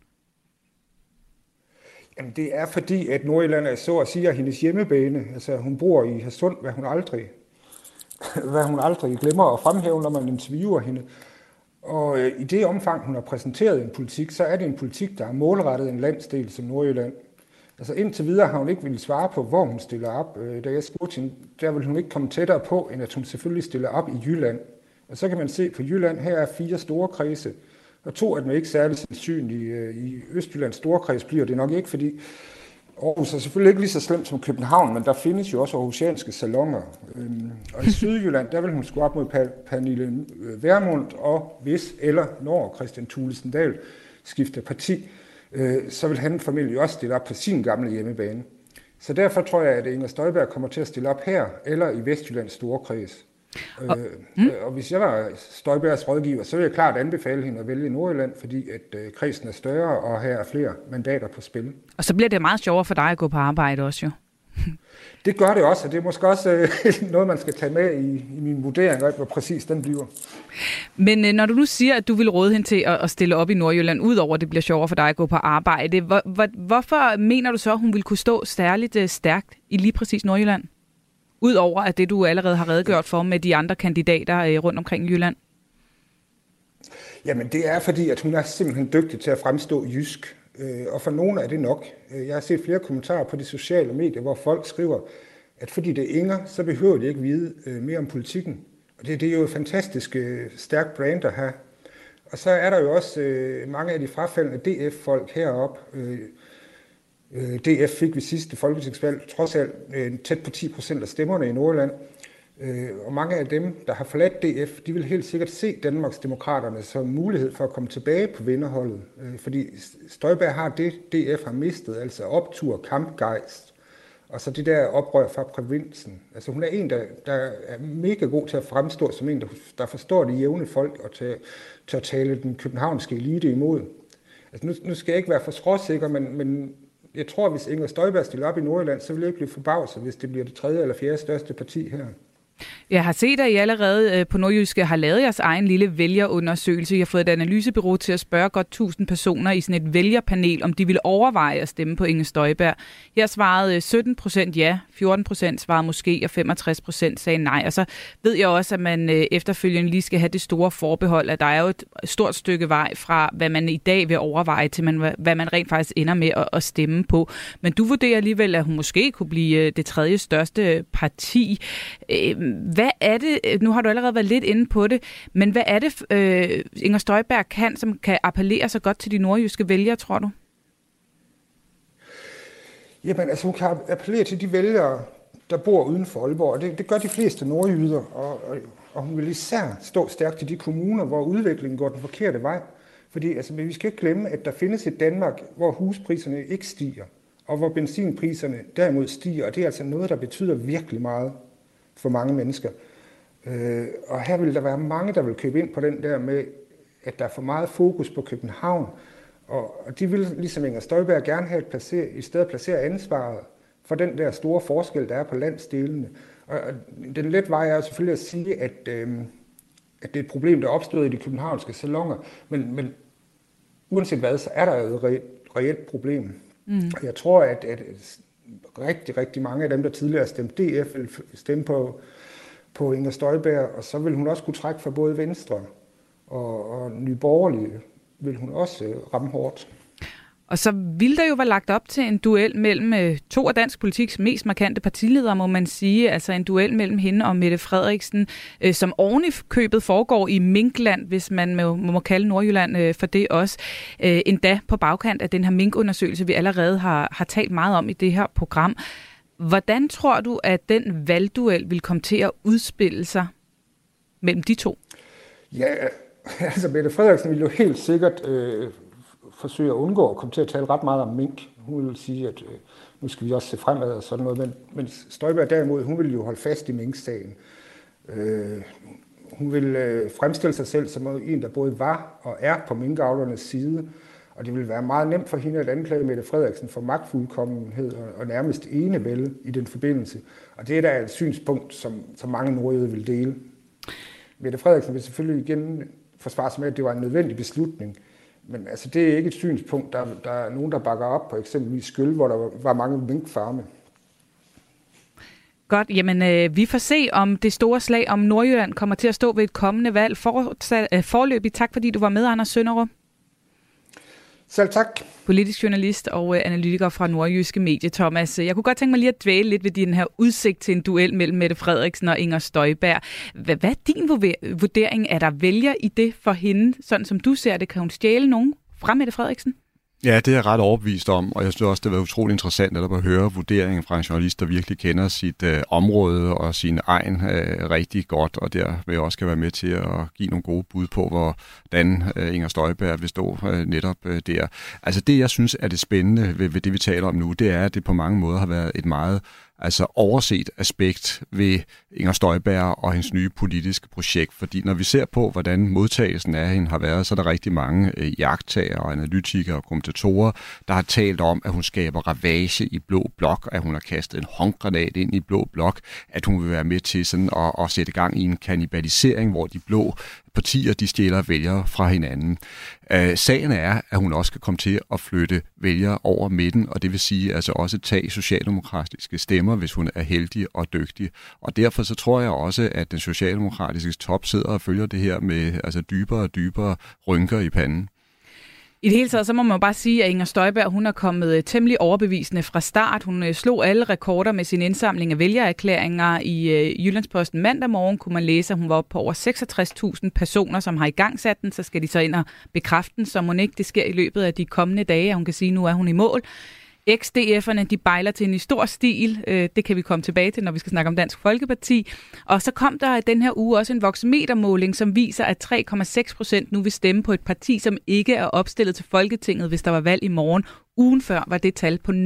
Jamen, det er fordi, at Nordjylland er så at sige hendes hjemmebane. Altså, hun bor i Hadsund, hvad hun aldrig glemmer at fremhæve, når man interviewer hende. Og i det omfang, hun har præsenteret en politik, så er det en politik, der er målrettet en landsdel som Nordjylland. Altså indtil videre har hun ikke ville svare på, hvor hun stiller op. Da jeg spurgte hende, der vil hun ikke komme tættere på, end at hun selvfølgelig stiller op i Jylland. Og så kan man se på Jylland, her er 4 store kredse, og 2 af dem er ikke særlig sandsynlige. I Østjyllands storkreds bliver det nok ikke, fordi Aarhus er selvfølgelig ikke lige så slemt som København, men der findes jo også aarhusianske salonger. Og i Sydjylland, der vil hun skulle op mod Pernille Vermund, og hvis eller når Kristian Thulesen Dahl skifter parti, så vil han formentlig også stille op på sin gamle hjemmebane. Så derfor tror jeg, at Inger Støjberg kommer til at stille op her, eller i Vestjyllands storkreds. Og hvis jeg var Støjbergs rådgiver, så ville jeg klart anbefale hende at vælge Nordjylland, fordi at kredsen er større, og her er flere mandater på spil. Og så bliver det meget sjovere for dig at gå på arbejde også, jo. Det gør det også, og det er måske også noget, man skal tage med i min vurdering af, hvor præcis den bliver. Men når du nu siger, at du vil råde hende til at stille op i Nordjylland, udover at det bliver sjovere for dig at gå på arbejde, hvorfor mener du så, at hun vil kunne stå særligt stærkt i lige præcis Nordjylland? Udover at det, du allerede har redegjort for med de andre kandidater rundt omkring i Jylland? Jamen det er fordi, at hun er simpelthen dygtig til at fremstå jysk. Og for nogle er det nok. Jeg har set flere kommentarer på de sociale medier, hvor folk skriver, at fordi det er Inger, så behøver de ikke vide mere om politikken. Og det er jo et fantastisk stærkt brand at have. Og så er der jo også mange af de frafaldende DF-folk heroppe. DF fik ved sidste folketingsvalg trods alt tæt på 10% af stemmerne i Nordjylland. Og mange af dem, der har forladt DF, de vil helt sikkert se Danmarksdemokraterne som mulighed for at komme tilbage på vinderholdet. Fordi Støjberg har det, DF har mistet, altså optur, kampgejst, og så det der oprør fra provinsen. Altså hun er en, der er mega god til at fremstå som en, der forstår de jævne folk og til at tale den københavnske elite imod. Altså nu skal jeg ikke være for skråsikker, men jeg tror, hvis Inger Støjberg stiller op i Nordjylland, så vil jeg ikke blive forbavset, hvis det bliver det 3. eller 4. største parti her. Jeg har set, at I allerede på Nordjyske har lavet jeres egen lille vælgerundersøgelse. I har fået et analysebureau til at spørge godt 1000 personer i sådan et vælgerpanel, om de ville overveje at stemme på Inger Støjberg. Jeg svarede 17% ja, 14% svarede måske, og 65% sagde nej. Og så ved jeg også, at man efterfølgende lige skal have det store forbehold, at der er jo et stort stykke vej fra, hvad man i dag vil overveje, til hvad man rent faktisk ender med at stemme på. Men du vurderer alligevel, at hun måske kunne blive det 3. største parti. Hvad er det, nu har du allerede været lidt inde på det, men hvad er det, Inger Støjberg kan, som kan appellere så godt til de nordjyske vælgere, tror du? Jamen, altså hun kan appellere til de vælgere, der bor uden for Aalborg, og det gør de fleste nordjyder, og hun vil især stå stærkt i de kommuner, hvor udviklingen går den forkerte vej. Fordi altså, vi skal ikke glemme, at der findes et Danmark, hvor huspriserne ikke stiger, og hvor benzinpriserne derimod stiger, og det er altså noget, der betyder virkelig meget for mange mennesker. Og her vil der være mange, der vil købe ind på den der med, at der er for meget fokus på København. Og de vil, ligesom Inger Støjberg, gerne have et sted at placere ansvaret for den der store forskel, der er på landsdelene. Og den let vej er selvfølgelig at sige, at det er et problem, der er opstået i de københavnske salonger. Men uanset hvad, så er der jo et reelt problem. Og jeg tror, at rigtig, rigtig mange af dem, der tidligere stemte DF, vil stemme på Inger Støjberg, og så vil hun også kunne trække fra både Venstre og Nye Borgerlige, vil hun også ramme hårdt. Og så ville der jo være lagt op til en duel mellem to af dansk politiks mest markante partiledere, må man sige. Altså en duel mellem hende og Mette Frederiksen, som oven i købet foregår i Minkland, hvis man må kalde Nordjylland for det også. Endda på bagkant af den her minkundersøgelse, vi allerede har talt meget om i det her program. Hvordan tror du, at den valgduel vil komme til at udspille sig mellem de to? Ja, altså Mette Frederiksen vil jo helt sikkert forsøge at undgå at komme til at tale ret meget om mink. Hun vil sige, at nu skal vi også se fremad og sådan noget, men Støjberg derimod, hun vil jo holde fast i minksagen. Hun vil fremstille sig selv som en, der både var og er på minkavlernes side, og det vil være meget nemt for hende at anklage Mette Frederiksen for magtfuldkommenhed og nærmest enevælde i den forbindelse. Og det er da et synspunkt, som mange nordjyder vil dele. Mette Frederiksen vil selvfølgelig igen forsvare sig med, at det var en nødvendig beslutning. Men altså, det er ikke et synspunkt, der er nogen, der bakker op på eksempelvis Skøl, hvor der var mange minkfarme. Godt, jamen vi får se, om det store slag om Nordjylland kommer til at stå ved et kommende valg. Forløbig tak, fordi du var med, Anders Sønderup. Selv tak. Politisk journalist og analytiker fra Nordjyske Medie, Thomas. Jeg kunne godt tænke mig lige at dvæle lidt ved den her udsigt til en duel mellem Mette Frederiksen og Inger Støjberg. Hvad er din vurdering? Er der vælger i det for hende, sådan som du ser det? Kan hun stjæle nogen fra Mette Frederiksen? Ja, det er jeg ret overbevist om, og jeg synes også, det har været utrolig interessant at høre vurderingen fra en journalist, der virkelig kender sit område og sin egen rigtig godt, og der vil jeg også skal være med til at give nogle gode bud på, hvordan Inger Støjberg vil stå netop der. Altså det, jeg synes er det spændende ved det, vi taler om nu, det er, at det på mange måder har været et meget overset aspekt ved Inger Støjberg og hendes nye politiske projekt. Fordi når vi ser på, hvordan modtagelsen af hende har været, så er der rigtig mange iagttagere og analytikere og kommentatorer, der har talt om, at hun skaber ravage i blå blok, at hun har kastet en håndgranat ind i blå blok, at hun vil være med til sådan at sætte gang i en kannibalisering, hvor de blå partier de stjæler vælgere fra hinanden. Sagen er, at hun også skal komme til at flytte vælgere over midten, og det vil sige altså også tage socialdemokratiske stemmer, hvis hun er heldig og dygtig. Og derfor så tror jeg også, at den socialdemokratiske top sidder og følger det her med altså dybere og dybere rynker i panden. I det hele taget, så må man jo bare sige, at Inger Støjberg, hun er kommet temmelig overbevisende fra start. Hun slog alle rekorder med sin indsamling af vælgererklæringer. I Jyllandsposten mandag morgen kunne man læse, at hun var oppe på over 66.000 personer, som har igangsat den. Så skal de så ind og bekræfte den, så må ikke det sker i løbet af de kommende dage, at hun kan sige, at nu er hun i mål. XDF'erne, de bejler til en stor stil. Det kan vi komme tilbage til, når vi skal snakke om Dansk Folkeparti. Og så kom der den her uge også en voxmetermåling, som viser, at 3,6% nu vil stemme på et parti, som ikke er opstillet til Folketinget, hvis der var valg i morgen. Ugen før var det tal på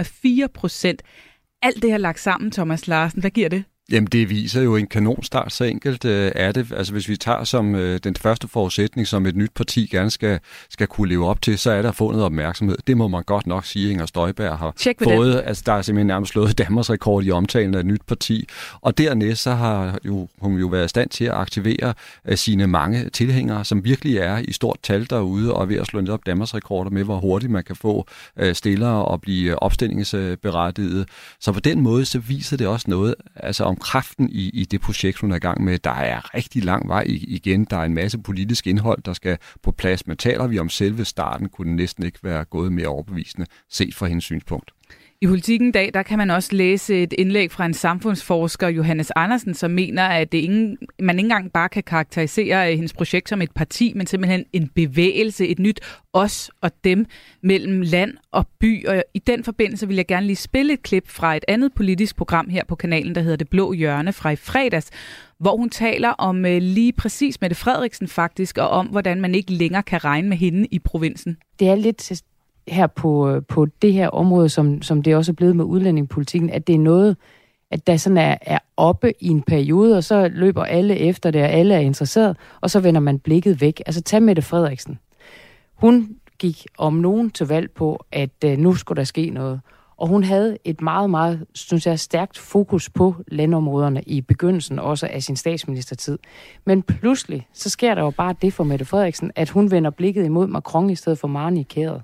0,4%. Alt det her lagt sammen, Thomas Larsen. Hvad giver det? Jamen, det viser jo en kanonstart, så enkelt er det. Altså, hvis vi tager som den første forudsætning, som et nyt parti gerne skal kunne leve op til, så er der fundet opmærksomhed. Det må man godt nok sige, Inger Støjberg har fået. Altså, der er simpelthen nærmest slået Danmarks rekord i omtalen af et nyt parti. Og dernæst så har hun jo været i stand til at aktivere sine mange tilhængere, som virkelig er i stort tal derude, og er ved at slå lidt op Danmarks rekorder med, hvor hurtigt man kan få stillere og blive opstillingsberettiget. Så på den måde, så viser det også noget, altså om kraften i det projekt, hun er i gang med. Der er rigtig lang vej igen. Der er en masse politisk indhold, der skal på plads. Men taler vi om selve starten, kunne den næsten ikke være gået mere overbevisende, set fra hendes synspunkt. I Politikken i dag, der kan man også læse et indlæg fra en samfundsforsker, Johannes Andersen, som mener, at man ikke engang bare kan karakterisere hendes projekt som et parti, men simpelthen en bevægelse, et nyt os og dem mellem land og by. Og i den forbindelse vil jeg gerne lige spille et klip fra et andet politisk program her på kanalen, der hedder Det Blå Hjørne fra i fredags, hvor hun taler om lige præcis Mette Frederiksen faktisk, og om hvordan man ikke længere kan regne med hende i provinsen. Det er lidt her på det her område, som det også er blevet med udlændingepolitikken, at det er noget, at der sådan er oppe i en periode, og så løber alle efter det, og alle er interesseret, og så vender man blikket væk. Altså tag Mette Frederiksen. Hun gik om nogen til valg på, at nu skulle der ske noget. Og hun havde et meget, meget, synes jeg, stærkt fokus på landområderne i begyndelsen også af sin statsministertid. Men pludselig, så sker der jo bare det for Mette Frederiksen, at hun vender blikket imod Macron i stedet for Maren i Kæret.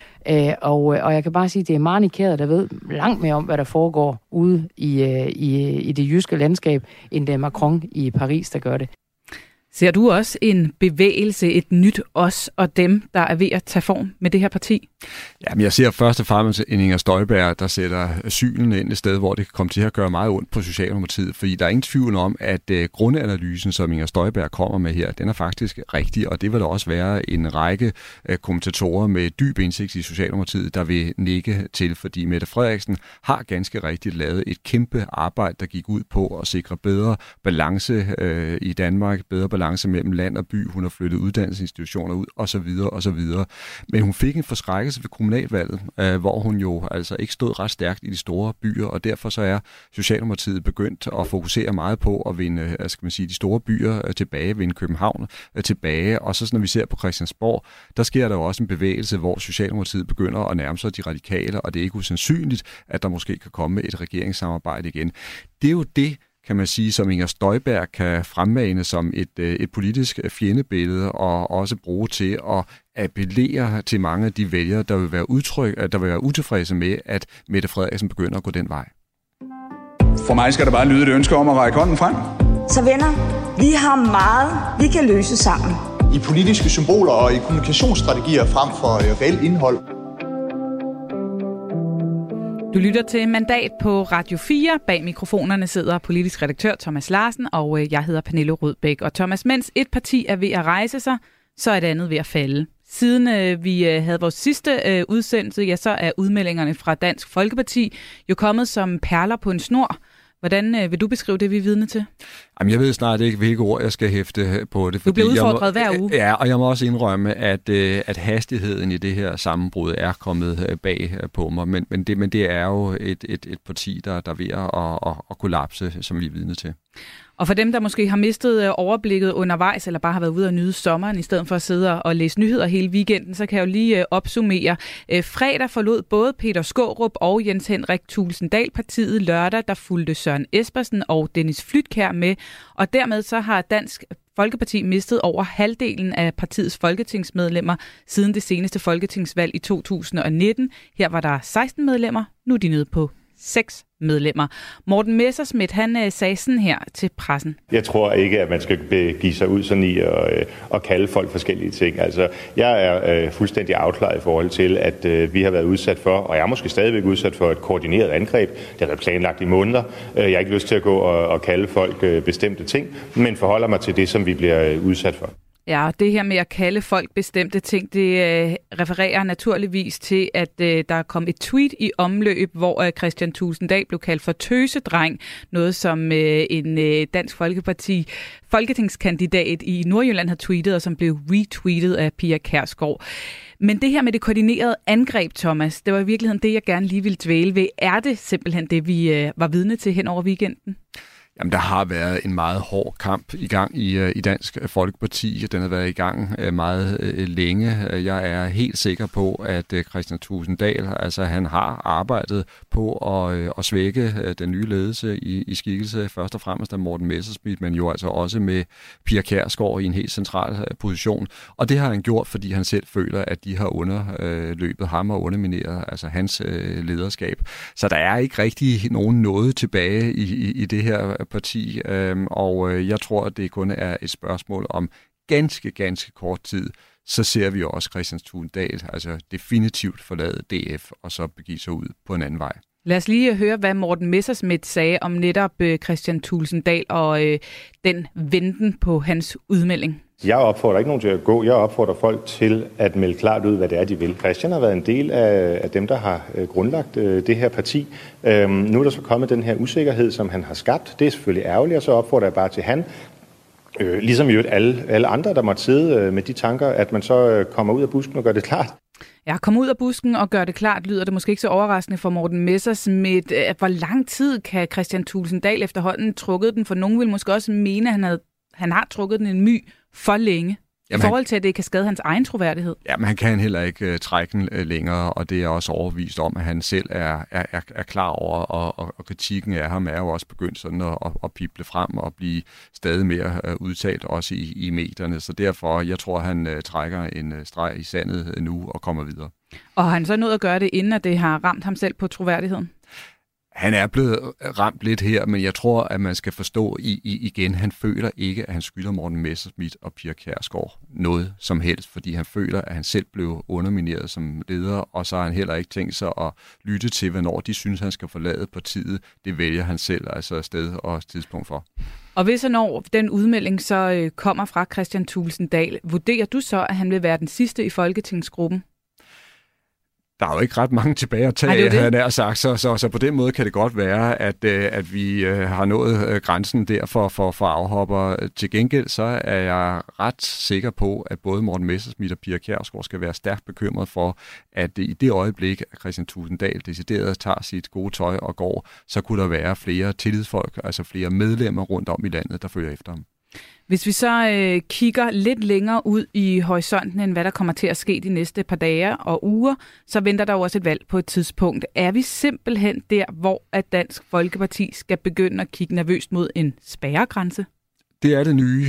Og jeg kan bare sige, at det er Maren i Kæret, der ved langt mere om, hvad der foregår ude i det jyske landskab, end det er Macron i Paris, der gør det. Ser du også en bevægelse, et nyt os og dem, der er ved at tage form med det her parti? Jamen, jeg ser først og fremmest en Inger Støjberg, der sætter asylen ind et sted, hvor det kan komme til at gøre meget ondt på Socialdemokratiet, fordi der er ingen tvivl om, at grundanalysen, som Inger Støjberg kommer med her, den er faktisk rigtig, og det vil der også være en række kommentatorer med dyb indsigt i Socialdemokratiet, der vil nikke til, fordi Mette Frederiksen har ganske rigtigt lavet et kæmpe arbejde, der gik ud på at sikre bedre balance i Danmark, bedre balance mellem land og by. Hun har flyttet uddannelsesinstitutioner ud, osv. osv. Men hun fik en forskrækkelse ved kommunalvalget, hvor hun jo altså ikke stod ret stærkt i de store byer, og derfor så er Socialdemokratiet begyndt at fokusere meget på at vinde, skal man sige, de store byer tilbage, vinde København tilbage, og så når vi ser på Christiansborg, der sker der jo også en bevægelse, hvor Socialdemokratiet begynder at nærme sig de radikale, og det er ikke usandsynligt, at der måske kan komme et regeringssamarbejde igen. Det er jo det, kan man sige, som Inger Støjberg kan fremmane som et politisk fjendebillede, og også bruge til at appellere til mange af de vælgere, der vil være utilfredse med, at Mette Frederiksen begynder at gå den vej. For mig skal der bare lyde et ønske om at række hånden frem. Så venner, vi har meget, vi kan løse sammen. I politiske symboler og i kommunikationsstrategier frem for reelt indhold. Du lytter til Mandat på Radio 4. Bag mikrofonerne sidder politisk redaktør Thomas Larsen, og jeg hedder Pernille Rødbæk. Og Thomas, mens et parti er ved at rejse sig, så er et andet ved at falde. Siden vi havde vores sidste udsendelse, ja, så er udmeldingerne fra Dansk Folkeparti jo kommet som perler på en snor. Hvordan vil du beskrive det, vi er vidne til? Jamen, jeg ved snart ikke, hvilke ord jeg skal hæfte på det. Du bliver udfordret hver uge. Ja, og jeg må også indrømme, at hastigheden i det her sammenbrud er kommet bag på mig. Men det er jo et parti, der er ved at kollapse, som vi er vidne til. Og for dem, der måske har mistet overblikket undervejs, eller bare har været ude og nyde sommeren, i stedet for at sidde og læse nyheder hele weekenden, så kan jeg jo lige opsummere. Fredag forlod både Peter Skaarup og Jens Henrik Thulesen Dahl partiet. Lørdag, der fulgte Søren Espersen og Dennis Flydtkjær med. Og dermed så har Dansk Folkeparti mistet over halvdelen af partiets folketingsmedlemmer siden det seneste folketingsvalg i 2019. Her var der 16 medlemmer, nu er de nede på 6 medlemmer. Morten Messerschmidt, han sagde sådan her til pressen. Jeg tror ikke, at man skal begive sig ud sådan i at kalde folk forskellige ting. Altså, jeg er fuldstændig afklaret i forhold til, at vi har været udsat for, og jeg er måske stadigvæk udsat for et koordineret angreb. Det har været planlagt i måneder. Jeg har ikke lyst til at gå og kalde folk bestemte ting, men forholder mig til det, som vi bliver udsat for. Ja, det her med at kalde folk bestemte ting, det refererer naturligvis til, at der kom et tweet i omløb, hvor Kristian Thulesen Dahl blev kaldt for tøsedreng. Noget som en Dansk Folkeparti folketingskandidat i Nordjylland har tweetet, og som blev retweetet af Pia Kjærsgaard. Men det her med det koordinerede angreb, Thomas, det var i virkeligheden det, jeg gerne lige ville dvæle ved. Er det simpelthen det, vi var vidne til hen over weekenden? Jamen, der har været en meget hård kamp i gang i Dansk Folkeparti. Den har været i gang meget længe. Jeg er helt sikker på, at Kristian Thulesen Dahl, altså han har arbejdet på at svække den nye ledelse i skikkelse, først og fremmest af Morten Messerschmidt, men jo altså også med Pia Kjærsgaard i en helt central position. Og det har han gjort, fordi han selv føler, at de har underløbet ham og undermineret altså hans lederskab. Så der er ikke rigtig nogen noget tilbage i det her parti, og jeg tror, at det kun er et spørgsmål om ganske kort tid, så ser vi også Kristian Thulesen Dahl altså definitivt forlade DF og så begive sig ud på en anden vej. Lad os lige høre, hvad Morten Messerschmidt sagde om netop Kristian Thulesen Dahl og den venten på hans udmelding. Jeg opfordrer ikke nogen til at gå. Jeg opfordrer folk til at melde klart ud, hvad det er, de vil. Christian har været en del af dem, der har grundlagt det her parti. Nu er der så kommet den her usikkerhed, som han har skabt. Det er selvfølgelig ærgerligt, og så opfordrer jeg bare til han. Ligesom jo alle andre, der måtte sidde med de tanker, at man så kommer ud af busken og gør det klart. Ja, komme ud af busken og gøre det klart, lyder det måske ikke så overraskende for Morten Messerschmidt. Hvor lang tid kan Kristian Thulesen Dahl efterhånden trukket den? For nogen vil måske også mene, at han har trukket den en my for længe. I forhold til, at det kan skade hans egen troværdighed. Ja, men han kan heller ikke trække den længere, og det er også overbevist om, at han selv er klar over, og kritikken af ham er jo også begyndt sådan at pible frem og blive stadig mere udtalt, også i medierne. Så derfor, jeg tror, han trækker en streg i sandet nu og kommer videre. Og har han så nået at gøre det, inden at det har ramt ham selv på troværdigheden? Han er blevet ramt lidt her, men jeg tror, at man skal forstå igen, han føler ikke, at han skylder Morten Messerschmidt og Pia Kjærsgaard noget som helst, fordi han føler, at han selv blev undermineret som leder, og så har han heller ikke tænkt sig at lytte til, hvornår de synes, han skal forlade partiet. Det vælger han selv altså sted og tidspunkt for. Og hvis og når den udmelding så kommer fra Kristian Thulesen Dahl, vurderer du så, at han vil være den sidste i folketingsgruppen? Der er jo ikke ret mange tilbage at tage, han er sagt, så på den måde kan det godt være, at vi har nået grænsen der for afhopper. Til gengæld så er jeg ret sikker på, at både Morten Messerschmidt og Pia Kjærsgaard skal være stærkt bekymret for, at i det øjeblik, at Kristian Thulesen Dahl decideret tager sit gode tøj og går, så kunne der være flere tillidsfolk, altså flere medlemmer rundt om i landet, der følger efter ham. Hvis vi så kigger lidt længere ud i horisonten, end hvad der kommer til at ske de næste par dage og uger, så venter der jo også et valg på et tidspunkt. Er vi simpelthen der, hvor at Dansk Folkeparti skal begynde at kigge nervøst mod en spærregrænse? Det er det nye,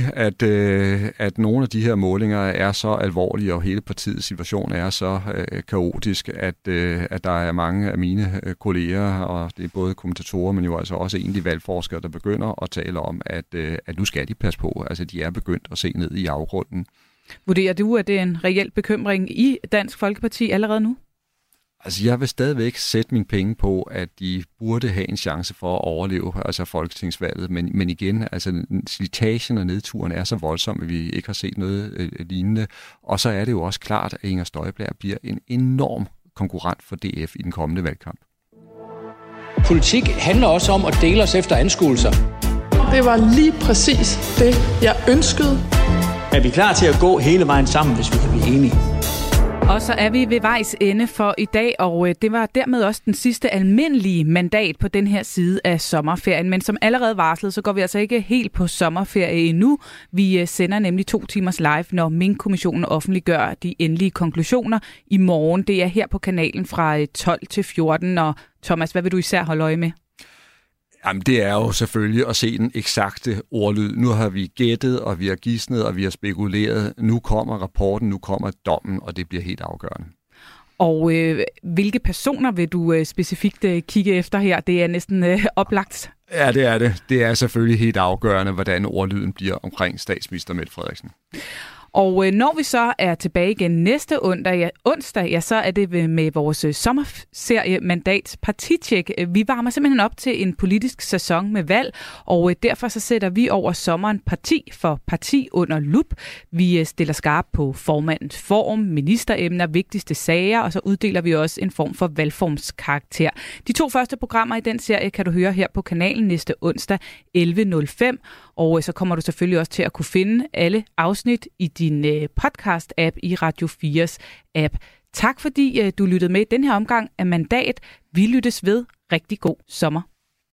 at nogle af de her målinger er så alvorlige, og hele partiets situation er så kaotisk, at der er mange af mine kolleger, og det er både kommentatorer, men jo altså også egentlig valgforskere, der begynder at tale om, at nu skal de passe på. Altså, de er begyndt at se ned i afgrunden. Vurderer du, at det er en reel bekymring i Dansk Folkeparti allerede nu? Altså, jeg vil stadigvæk sætte mine penge på, at de burde have en chance for at overleve, altså folketingsvalget. Men igen, altså slitagen og nedturen er så voldsom, at vi ikke har set noget lignende. Og så er det jo også klart, at Inger Støjberg bliver en enorm konkurrent for DF i den kommende valgkamp. Politik handler også om at dele os efter anskuelser. Det var lige præcis det, jeg ønskede. Er vi klar til at gå hele vejen sammen, hvis vi kan blive enige? Og så er vi ved vejs ende for i dag, og det var dermed også den sidste almindelige mandat på den her side af sommerferien. Men som allerede varslet, så går vi altså ikke helt på sommerferie endnu. Vi sender nemlig 2 timers live, når Mink-kommissionen offentliggør de endelige konklusioner i morgen. Det er her på kanalen fra 12 til 14. Og Thomas, hvad vil du især holde øje med? Jamen, det er jo selvfølgelig at se den eksakte ordlyd. Nu har vi gættet, og vi har gisnet, og vi har spekuleret. Nu kommer rapporten, nu kommer dommen, og det bliver helt afgørende. Og hvilke personer vil du specifikt kigge efter her? Det er næsten oplagt. Ja, det er det. Det er selvfølgelig helt afgørende, hvordan ordlyden bliver omkring statsminister Mette Frederiksen. Og når vi så er tilbage igen næste onsdag, så er det med vores sommerserie Mandats Partitjek. Vi varmer simpelthen op til en politisk sæson med valg, og derfor så sætter vi over sommeren parti under lup. Vi stiller skarp på formandens form, ministeremner, vigtigste sager, og så uddeler vi også en form for valgformskarakter. De 2 første programmer i den serie kan du høre her på kanalen næste onsdag 11.05, og så kommer du selvfølgelig også til at kunne finde alle afsnit i din podcast-app i Radio 4's app. Tak fordi du lyttede med i den her omgang af Mandat. Vi lyttes ved. Rigtig god sommer.